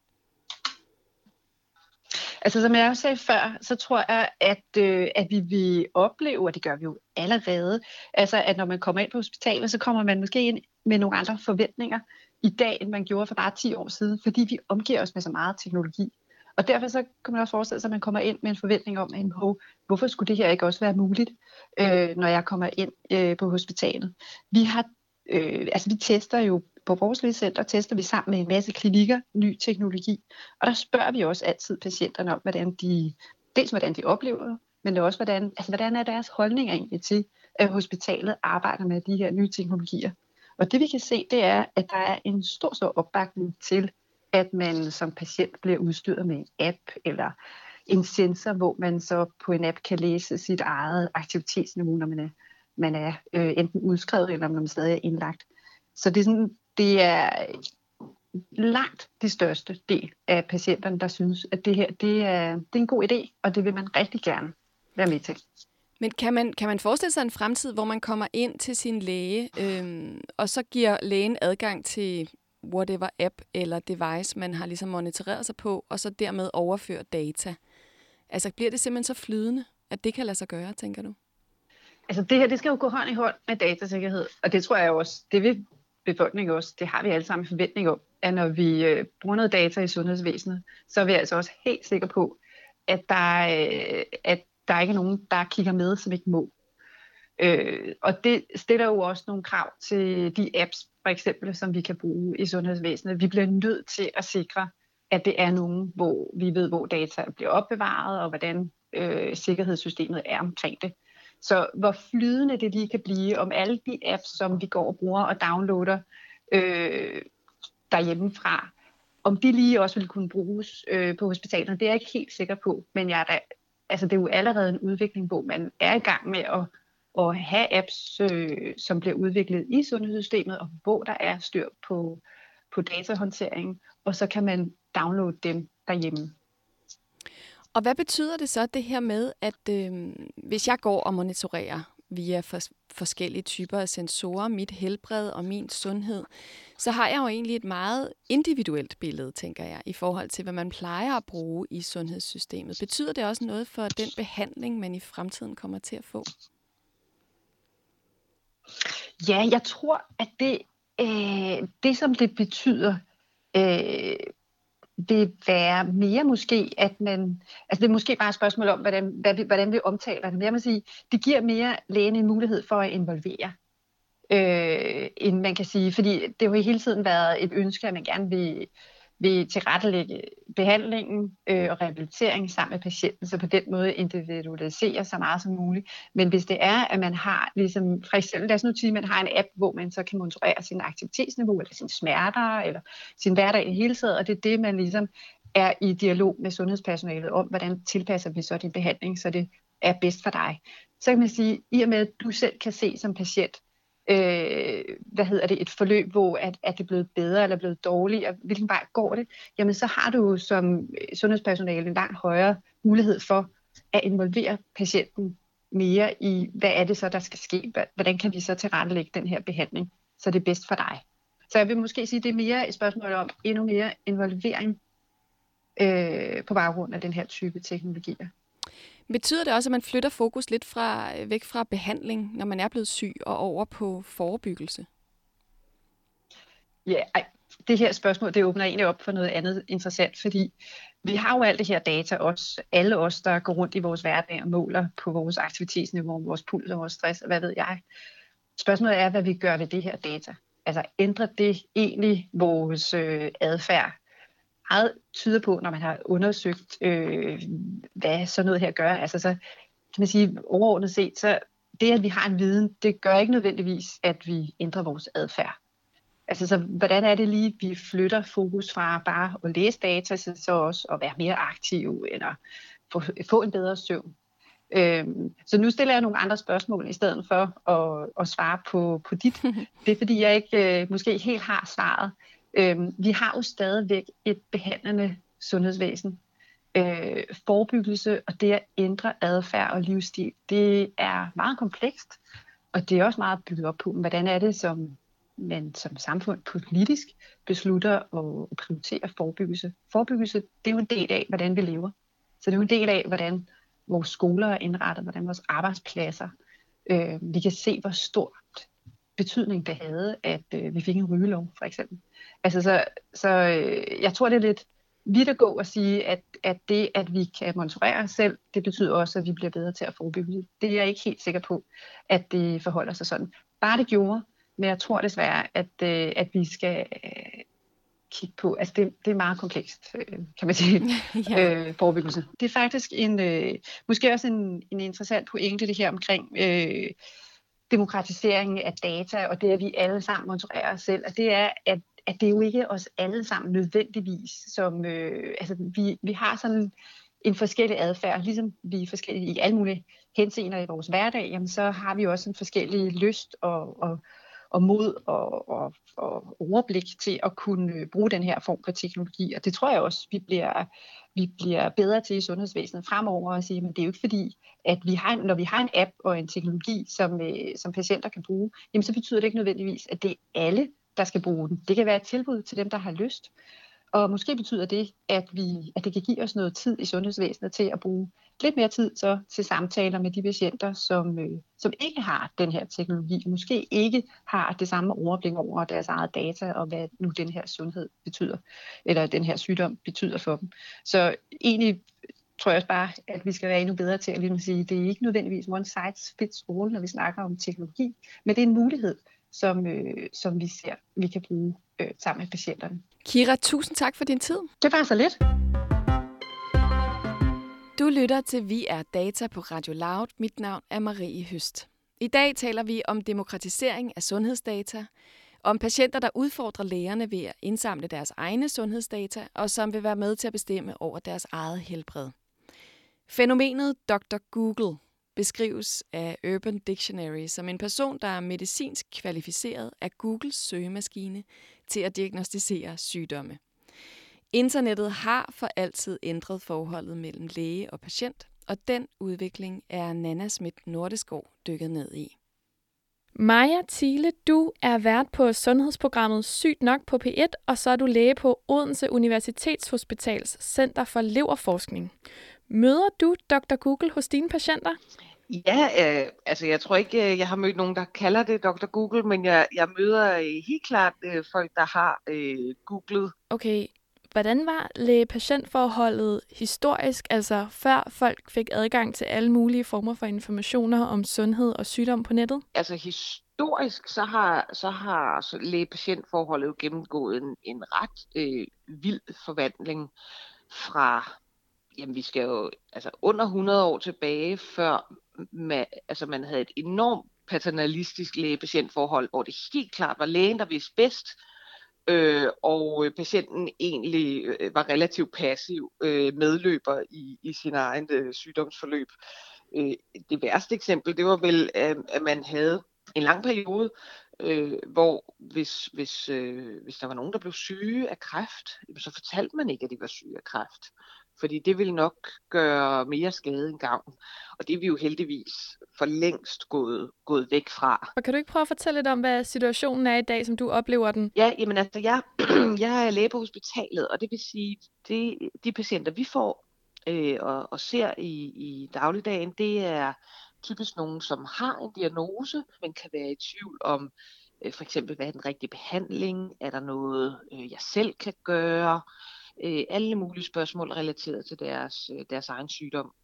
Altså som jeg også sagde før, så tror jeg, at, øh, at vi vil opleve, og det gør vi jo allerede, altså at når man kommer ind på hospitalet, så kommer man måske ind med nogle andre forventninger i dag, end man gjorde for bare ti år siden, fordi vi omgiver os med så meget teknologi. Og derfor så kan man også forestille sig, at man kommer ind med en forventning om, at hvorfor skulle det her ikke også være muligt, øh, når jeg kommer ind øh, på hospitalet. Vi har, øh, altså vi tester jo på vores lille center, tester vi sammen med en masse klinikker ny teknologi, og der spørger vi også altid patienterne om, hvordan de, dels hvordan de oplever, men også hvordan, altså hvordan er deres holdninger egentlig til, at hospitalet arbejder med de her nye teknologier. Og det vi kan se, det er, at der er en stor, stor opbakning til, at man som patient bliver udstyret med en app eller en sensor, hvor man så på en app kan læse sit eget aktivitetsniveau, når man er, man er øh, enten udskrevet eller når man stadig er indlagt. Så det er, sådan, det er langt det største del af patienterne, der synes, at det her det er, det er en god idé, og det vil man rigtig gerne være med til. Men kan man, kan man forestille sig en fremtid, hvor man kommer ind til sin læge, øhm, og så giver lægen adgang til whatever app eller device, man har ligesom monitoreret sig på, og så dermed overfører data? Altså bliver det simpelthen så flydende, at det kan lade sig gøre, tænker du? Altså det her, det skal jo gå hånd i hånd med datasikkerhed, og det tror jeg også, det vil befolkningen også, det har vi alle sammen forventning om, at når vi øh, bruger noget data i sundhedsvæsenet, så er vi altså også helt sikre på, at der, øh, at der ikke er nogen, der kigger med, som ikke må. Øh, og det stiller jo også nogle krav til de apps, for eksempel, som vi kan bruge i sundhedsvæsenet. Vi bliver nødt til at sikre, at det er nogen, hvor vi ved, hvor data bliver opbevaret, og hvordan øh, sikkerhedssystemet er omkring det. Så hvor flydende det lige kan blive om alle de apps, som vi går og bruger og downloader øh, derhjemmefra, om de lige også vil kunne bruges øh, på hospitalerne, det er jeg ikke helt sikker på. Men jeg er da, altså, det er jo allerede en udvikling, hvor man er i gang med at, at have apps, øh, som bliver udviklet i sundhedssystemet, og hvor der er styr på, på datahåndteringen, og så kan man downloade dem derhjemme. Og hvad betyder det så, det her med, at øh, hvis jeg går og monitorerer via for, forskellige typer af sensorer, mit helbred og min sundhed, så har jeg jo egentlig et meget individuelt billede, tænker jeg, i forhold til, hvad man plejer at bruge i sundhedssystemet. Betyder det også noget for den behandling, man i fremtiden kommer til at få? Ja, jeg tror, at det, øh, det som det betyder, øh, vil være mere måske, at man, altså det er måske bare et spørgsmål om, hvordan, hvad vi, hvordan vi omtaler det. Men jeg må sige, det giver mere lægen en mulighed for at involvere, øh, end man kan sige, fordi det har jo hele tiden været et ønske, at man gerne vil, vil tilrettelægge behandlingen øh, og rehabilitering sammen med patienten, så på den måde individualisere så meget som muligt. Men hvis det er, at man har, ligesom for eksempel, lad os nu sige, at man har en app, hvor man så kan monitorere sin aktivitetsniveau, eller sine smerter, eller sin hverdag i hele taget, og det er det, man ligesom er i dialog med sundhedspersonalet om, hvordan tilpasser vi så din behandling, så det er bedst for dig. Så kan man sige, i og med, at du selv kan se som patient, Øh, hvad hedder det, et forløb, hvor at, at det er blevet bedre eller blevet dårligt, og hvilken vej går det, jamen så har du som sundhedspersonale en langt højere mulighed for at involvere patienten mere i, hvad er det så, der skal ske, hvordan kan vi så tilrettelægge den her behandling, så det er bedst for dig. Så jeg vil måske sige, at det er mere et spørgsmål om endnu mere involvering øh, på baggrund af den her type teknologier. Betyder det også, at man flytter fokus lidt fra, væk fra behandling, når man er blevet syg, og over på forebyggelse? Ja, ej, det her spørgsmål, det åbner egentlig op for noget andet interessant, fordi vi har jo alt det her data, også alle os, der går rundt i vores hverdag og måler på vores aktivitetsniveau, vores puls og vores stress, og hvad ved jeg. Spørgsmålet er, hvad vi gør ved det her data. Altså, ændrer det egentlig vores øh, adfærd? Meget tyder på, når man har undersøgt, øh, hvad sådan noget her gør. Altså så kan man sige, overordnet set, så det, at vi har en viden, det gør ikke nødvendigvis, at vi ændrer vores adfærd. Altså så hvordan er det lige, vi flytter fokus fra bare at læse data, så, så også at være mere aktiv, eller få, få en bedre søvn. Øhm, så nu stiller jeg nogle andre spørgsmål, i stedet for at, at svare på, på dit. Det er, fordi jeg ikke øh, måske helt har svaret. Øhm, vi har jo stadigvæk et behandlende sundhedsvæsen. Øh, forebyggelse og det at ændre adfærd og livsstil, det er meget komplekst, og det er også meget bygget op på, hvordan er det, som man som samfund politisk beslutter at prioritere forebyggelse. Forebyggelse, det er jo en del af, hvordan vi lever. Så det er jo en del af, hvordan vores skoler er indrettet, hvordan vores arbejdspladser. Øh, vi kan se, hvor stort betydning det havde, at øh, vi fik en rygelov, for eksempel. Altså, så, så øh, jeg tror, det er lidt vidt at gå og sige, at, at det, at vi kan monitorere os selv, det betyder også, at vi bliver bedre til at forebygge. Det er jeg ikke helt sikker på, at det forholder sig sådan. Bare det gjorde, men jeg tror desværre, at, øh, at vi skal øh, kigge på, altså det, det er meget komplekst, øh, kan man sige, ja. øh, forebyggelse. Det er faktisk en, øh, måske også en, en interessant pointe, det her omkring øh, demokratisering af data, og det, at vi alle sammen monitorerer os selv, og det er, at, at det er jo ikke os alle sammen nødvendigvis, som, øh, altså vi, vi har sådan en forskellig adfærd, ligesom vi er forskellige i alle mulige henseender i vores hverdag, jamen så har vi også en forskellig lyst og, og, og mod og, og, og overblik til at kunne bruge den her form for teknologi, og det tror jeg også, vi bliver, vi bliver bedre til i sundhedsvæsenet fremover at sige, men det er jo ikke fordi, at vi har, når vi har en app og en teknologi, som, som patienter kan bruge, jamen så betyder det ikke nødvendigvis, at det er alle, der skal bruge den. Det kan være et tilbud til dem, der har lyst. Og måske betyder det, at, vi, at det kan give os noget tid i sundhedsvæsenet til at bruge lidt mere tid så til samtaler med de patienter, som, øh, som ikke har den her teknologi, måske ikke har det samme overblik over deres eget data, og hvad nu den her sundhed betyder, eller den her sygdom betyder for dem. Så egentlig tror jeg også bare, at vi skal være endnu bedre til at ligesom sige, at det er ikke nødvendigvis one size fits all, når vi snakker om teknologi, men det er en mulighed, som, øh, som vi ser, vi kan bruge øh, sammen med patienterne. Kira, tusind tak for din tid. Det var så lidt. Du lytter til Vi er Data på Radio Loud. Mit navn er Marie Høst. I dag taler vi om demokratisering af sundhedsdata, om patienter, der udfordrer lægerne ved at indsamle deres egne sundhedsdata, og som vil være med til at bestemme over deres eget helbred. Fænomenet doktor Google beskrives af Urban Dictionary som en person, der er medicinsk kvalificeret af Googles søgemaskine til at diagnosticere sygdomme. Internettet har for altid ændret forholdet mellem læge og patient, og den udvikling er Nanna Schmidt Nordeskov dykket ned i. Maja Thiele, du er vært på sundhedsprogrammet Sygt Nok på P et, og så er du læge på Odense Universitetshospitals Center for Leverforskning. Møder du doktor Google hos dine patienter? Ja, øh, altså jeg tror ikke, jeg har mødt nogen, der kalder det doktor Google, men jeg, jeg møder øh, helt klart øh, folk, der har øh, googlet. Okay, hvordan var læge-patient-forholdet historisk, altså før folk fik adgang til alle mulige former for informationer om sundhed og sygdom på nettet? Altså historisk, så har, så har så læge-patient-forholdet jo gennemgået en, en ret øh, vild forvandling fra, jamen vi skal jo altså under hundrede år tilbage, før man, altså man havde et enormt paternalistisk læge-patient-forhold, hvor det helt klart var lægen, der vidste bedst, øh, og patienten egentlig øh, var relativt passiv øh, medløber i, i sin egen øh, sygdomsforløb. Øh, det værste eksempel, det var vel, at, at man havde en lang periode, øh, hvor hvis, hvis, øh, hvis der var nogen, der blev syge af kræft, så fortalte man ikke, at de var syge af kræft. Fordi det ville nok gøre mere skade end gavn. Og det er vi jo heldigvis for længst gået, gået væk fra. Og kan du ikke prøve at fortælle lidt om, hvad situationen er i dag, som du oplever den? Ja, jamen altså, jeg, jeg er læge på hospitalet, og det vil sige, det, de patienter, vi får øh, og, og ser i, i dagligdagen, det er typisk nogen, som har en diagnose, men kan være i tvivl om, øh, for eksempel, hvad er den rigtige behandling? Er der noget, øh, jeg selv kan gøre? Øh, alle mulige spørgsmål relateret til deres, øh, deres egen sygdom.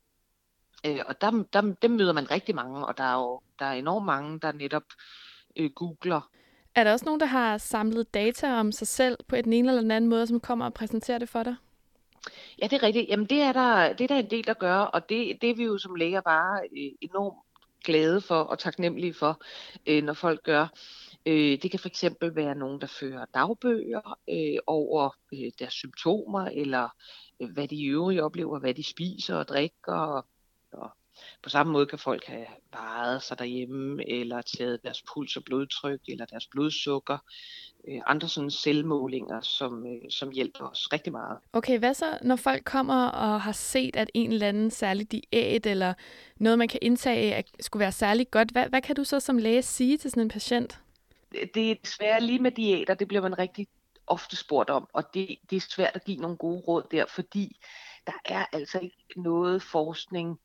Øh, og der, der, dem møder man rigtig mange, og der er jo der er enormt mange, der netop øh, googler. Er der også nogen, der har samlet data om sig selv på en ene eller den anden måde, som kommer og præsenterer det for dig? Ja, det er rigtigt. Jamen det er der, det er der en del, der gør, og det, det er vi jo som læger bare øh, enormt glade for og taknemmelige for, øh, når folk gør. Øh, det kan for eksempel være nogen, der fører dagbøger øh, over øh, deres symptomer, eller øh, hvad de i øvrigt oplever, hvad de spiser og drikker. Og, og på samme måde kan folk have vejet sig derhjemme, eller taget deres puls og blodtryk, eller deres blodsukker. Øh, andre sådan selvmålinger, som, øh, som hjælper os rigtig meget. Okay, hvad så, når folk kommer og har set, at en eller anden særlig diæt, eller noget, man kan indtage, at skulle være særlig godt, hvad, hvad kan du så som læge sige til sådan en patient? Det er svært lige med diæter, det bliver man rigtig ofte spurgt om, og det, det er svært at give nogle gode råd der, fordi der er altså ikke noget forskning,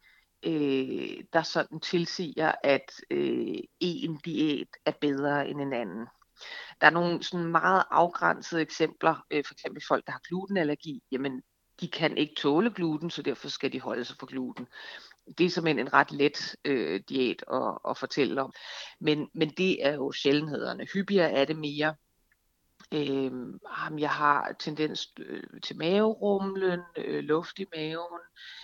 øh, der sådan tilsiger, at øh, en diæt er bedre end en anden. Der er nogle sådan meget afgrænsede eksempler, øh, for eksempel folk, der har glutenallergi, jamen de kan ikke tåle gluten, så derfor skal de holde sig for gluten. Det er simpelthen en ret let øh, diæt at, at fortælle om. Men, men det er jo sjældenhederne. Hyppigere er det mere. Øh, jeg har tendens øh, til maverumlen, øh, luft i maven,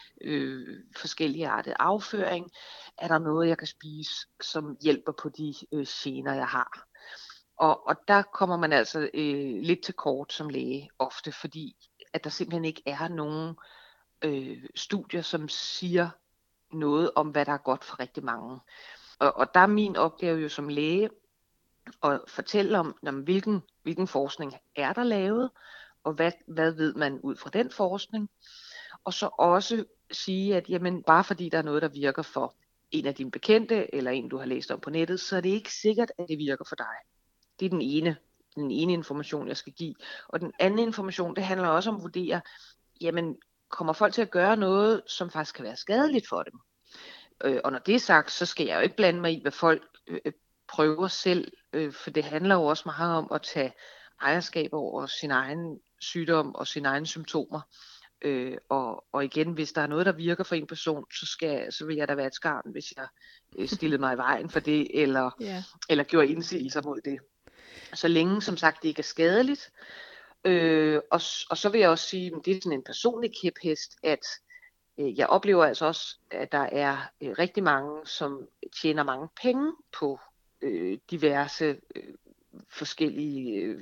øh, forskellige arter afføring. Er der noget, jeg kan spise, som hjælper på de øh, gener, jeg har? Og, og der kommer man altså øh, lidt til kort som læge ofte, fordi at der simpelthen ikke er nogen øh, studier, som siger noget om, hvad der er godt for rigtig mange. Og, og der er min opgave jo som læge at fortælle om, om hvilken, hvilken forskning er der lavet, og hvad, hvad ved man ud fra den forskning. Og så også sige, at jamen, bare fordi der er noget, der virker for en af dine bekendte, eller en, du har læst om på nettet, så er det ikke sikkert, at det virker for dig. Det er den ene, den ene information, jeg skal give. Og den anden information, det handler også om at vurdere, jamen, kommer folk til at gøre noget, som faktisk kan være skadeligt for dem? Øh, og når det er sagt, så skal jeg jo ikke blande mig i, hvad folk øh, prøver selv, øh, for det handler jo også meget om at tage ejerskab over sin egen sygdom og sine egne symptomer. Øh, og, og igen, hvis der er noget, der virker for en person, så, skal, så vil jeg da være et skarn, hvis jeg øh, stillede mig i vejen for det, eller, yeah. eller gjorde indsigelser mod det. Så længe, som sagt, det ikke er skadeligt. Øh, og, og så vil jeg også sige, at det er sådan en personlig kæphest, at øh, jeg oplever altså også, at der er øh, rigtig mange, som tjener mange penge på øh, diverse øh, forskellige øh,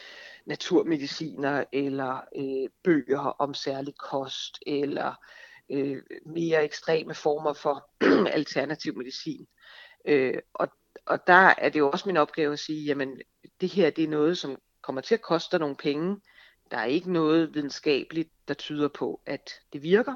naturmediciner, eller øh, bøger om særlig kost, eller øh, mere ekstreme former for alternativ medicin. Øh, og Og der er det jo også min opgave at sige, jamen det her det er noget, som kommer til at koste nogle penge. Der er ikke noget videnskabeligt, der tyder på, at det virker.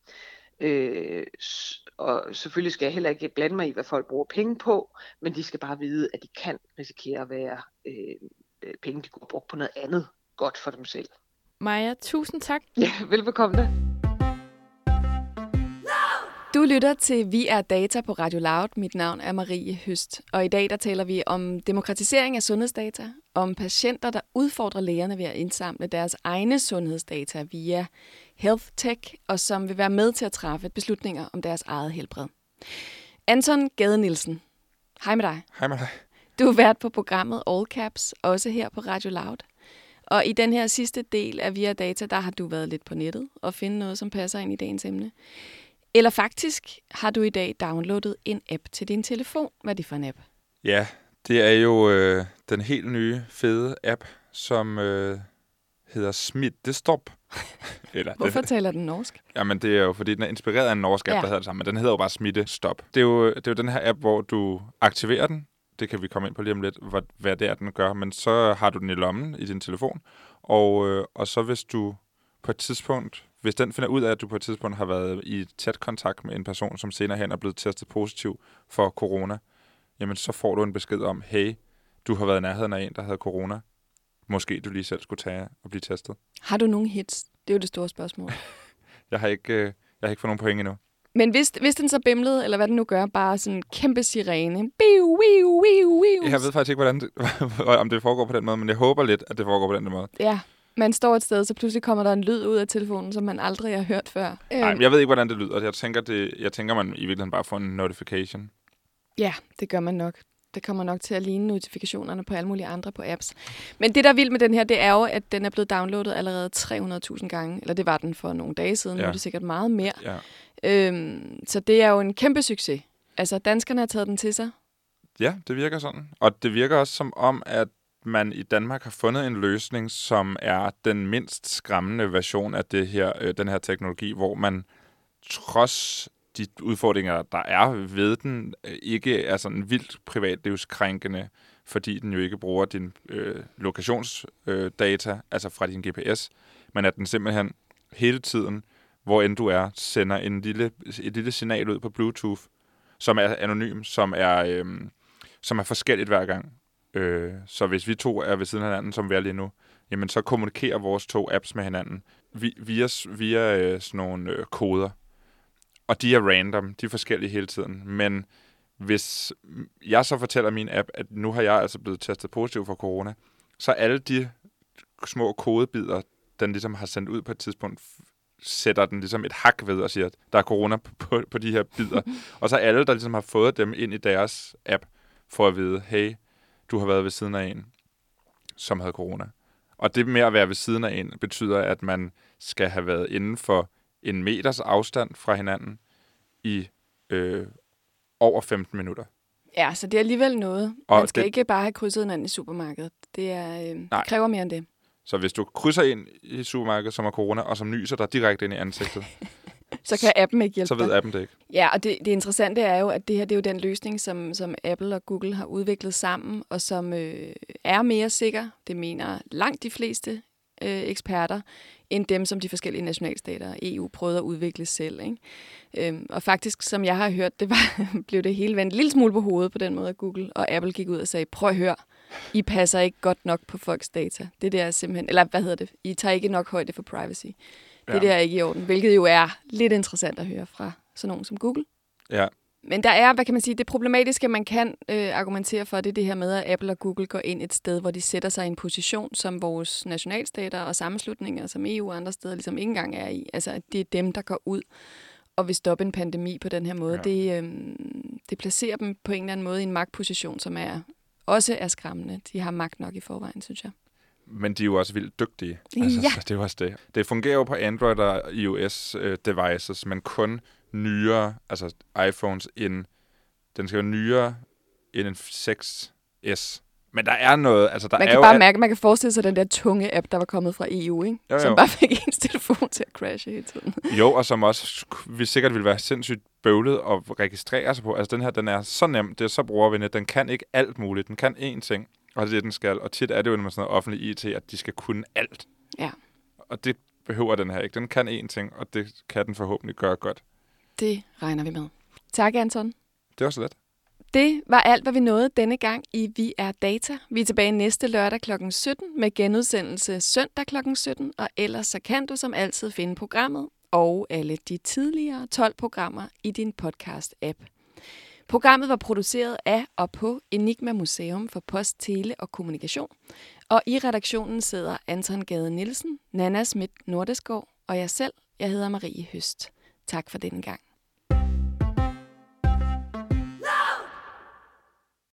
Øh, og selvfølgelig skal jeg heller ikke blande mig i, hvad folk bruger penge på, men de skal bare vide, at de kan risikere at være øh, penge, de kunne bruge på noget andet godt for dem selv. Maja, tusind tak. Ja, velbekomme. Du lytter til Vi er Data på Radio Loud. Mit navn er Marie Høst, og i dag der taler vi om demokratisering af sundhedsdata, om patienter, der udfordrer lægerne ved at indsamle deres egne sundhedsdata via health tech, og som vil være med til at træffe beslutninger om deres eget helbred. Anton Gade Nielsen, hej med dig. Hej med dig. Du er vært på programmet All Caps, også her på Radio Loud. Og i den her sidste del af Vi er Data, der har du været lidt på nettet og finde noget, som passer ind i dagens emne. Eller faktisk har du i dag downloadet en app til din telefon. Hvad er det for en app? Ja, det er jo øh, den helt nye, fede app, som øh, hedder Smittestop. Eller, Hvorfor den, taler den norsk? Jamen, det er jo, fordi den er inspireret af en norsk app, ja. Der hedder det samme, men den hedder jo bare Smittestop. Det er jo, det er jo den her app, hvor du aktiverer den. Det kan vi komme ind på lige om lidt, hvad, hvad det er, den gør. Men så har du den i lommen i din telefon. Og, øh, og så hvis du på et tidspunkt... Hvis den finder ud af, at du på et tidspunkt har været i tæt kontakt med en person, som senere hen er blevet testet positiv for corona, jamen så får du en besked om, hey, du har været i nærheden af en, der havde corona. Måske du lige selv skulle tage og blive testet. Har du nogen hits? Det er jo det store spørgsmål. jeg, har ikke, jeg har ikke fået nogen point endnu. Men hvis, hvis den så bimlede, eller hvad den nu gør, bare sådan en kæmpe sirene. Biu, biu, biu, biu. Jeg ved faktisk ikke, hvordan det, om det foregår på den måde, men jeg håber lidt, at det foregår på den måde. Ja. Man står et sted, så pludselig kommer der en lyd ud af telefonen, som man aldrig har hørt før. Nej, men jeg ved ikke, hvordan det lyder. Jeg tænker, det, jeg tænker man i virkeligheden bare får en notification. Ja, det gør man nok. Det kommer nok til at ligne notifikationerne på alle mulige andre på apps. Men det, der er vildt med den her, det er jo, at den er blevet downloadet allerede tre hundrede tusind gange. Eller det var den for nogle dage siden. Ja. Nu er det sikkert meget mere. Ja. Øhm, så det er jo en kæmpe succes. Altså, danskerne har taget den til sig. Ja, det virker sådan. Og det virker også som om, at man i Danmark har fundet en løsning, som er den mindst skræmmende version af det her, øh, den her teknologi, hvor man trods de udfordringer, der er ved den, øh, ikke er sådan vildt privatlivskrænkende, fordi den jo ikke bruger din øh, lokationsdata, øh, altså fra din G P S, men at den simpelthen hele tiden, hvor end du er, sender en lille, et lille signal ud på Bluetooth, som er anonym, som er, øh, som er forskelligt hver gang. Øh, så hvis vi to er ved siden af hinanden, som vi er lige nu, jamen så kommunikerer vores to apps med hinanden via, via øh, sådan nogle øh, koder. Og de er random, de er forskellige hele tiden. Men hvis jeg så fortæller min app, at nu har jeg altså blevet testet positiv for corona, så alle de små kodebidder, den ligesom har sendt ud på et tidspunkt, sætter den ligesom et hak ved og siger, at der er corona på, på, på de her bidder. Og så alle, der ligesom har fået dem ind i deres app, får at vide, hey, du har været ved siden af en, som havde corona. Og det med at være ved siden af en, betyder, at man skal have været inden for en meters afstand fra hinanden i øh, over femten minutter. Ja, så det er alligevel noget. Og man skal det, ikke bare have krydset hinanden i supermarkedet. Det, er, øh, det kræver mere end det. Så hvis du krydser ind i supermarkedet, som har corona, og som nyser dig direkte ind i ansigtet, så kan appen ikke hjælpe Så ved dig. appen det ikke. Ja, og det, det interessante er jo, at det her det er jo den løsning, som, som Apple og Google har udviklet sammen, og som øh, er mere sikker, det mener langt de fleste øh, eksperter, end dem, som de forskellige nationalstater og E U prøvede at udvikle selv. Ikke? Øhm, og faktisk, som jeg har hørt, det var, blev det hele vendt en lille smule på hovedet på den måde, at Google og Apple gik ud og sagde, prøv at høre, I passer ikke godt nok på folks data. Det der er simpelthen, eller hvad hedder det? I tager ikke nok højde for privacy. Det ja. Der er ikke i orden, hvilket jo er lidt interessant at høre fra sådan nogen som Google. Ja. Men der er, hvad kan man sige, det problematiske, man kan øh, argumentere for, det er det her med, at Apple og Google går ind et sted, hvor de sætter sig i en position, som vores nationalstater og sammenslutninger, som E U og andre steder, ligesom ikke engang er i. Altså, at det er dem, der går ud og vil stoppe en pandemi på den her måde. Ja. Det, øh, det placerer dem på en eller anden måde i en magtposition, som er også er skræmmende. De har magt nok i forvejen, synes jeg. Men de er jo også vildt dygtige. Altså, ja. Så det er jo også det. Det fungerer jo på Android og iOS uh, devices, men kun nyere, altså iPhones, end, den skal være nyere end en seks S. Men der er noget, altså der man er kan jo... bare at... mærke, man kan forestille sig den der tunge app, der var kommet fra E U, ikke? Jo, jo. Som bare fik ens telefon til at crashe hele tiden. Jo, og som også vi sikkert ville være sindssygt bøvlet at registrere sig på. Altså den her, den er så nem, det er så brugervenligt, den kan ikke alt muligt, den kan én ting. Og det er det, den skal. Og tit er det jo med sådan noget offentlig I T, at de skal kunne alt. Ja. Og det behøver den her ikke. Den kan én ting, og det kan den forhåbentlig gøre godt. Det regner vi med. Tak, Anton. Det var så let. Det var alt, hvad vi nåede denne gang i Vi er Data. Vi er tilbage næste lørdag klokken sytten med genudsendelse søndag klokken sytten. Og ellers så kan du som altid finde programmet og alle de tidligere tolv programmer i din podcast-app. Programmet var produceret af og på Enigma Museum for Post, Tele og Kommunikation, og i redaktionen sidder Anton Gade Nielsen, Nana Schmidt Nordesgaard og jeg selv. Jeg hedder Marie Høst. Tak for denne gang.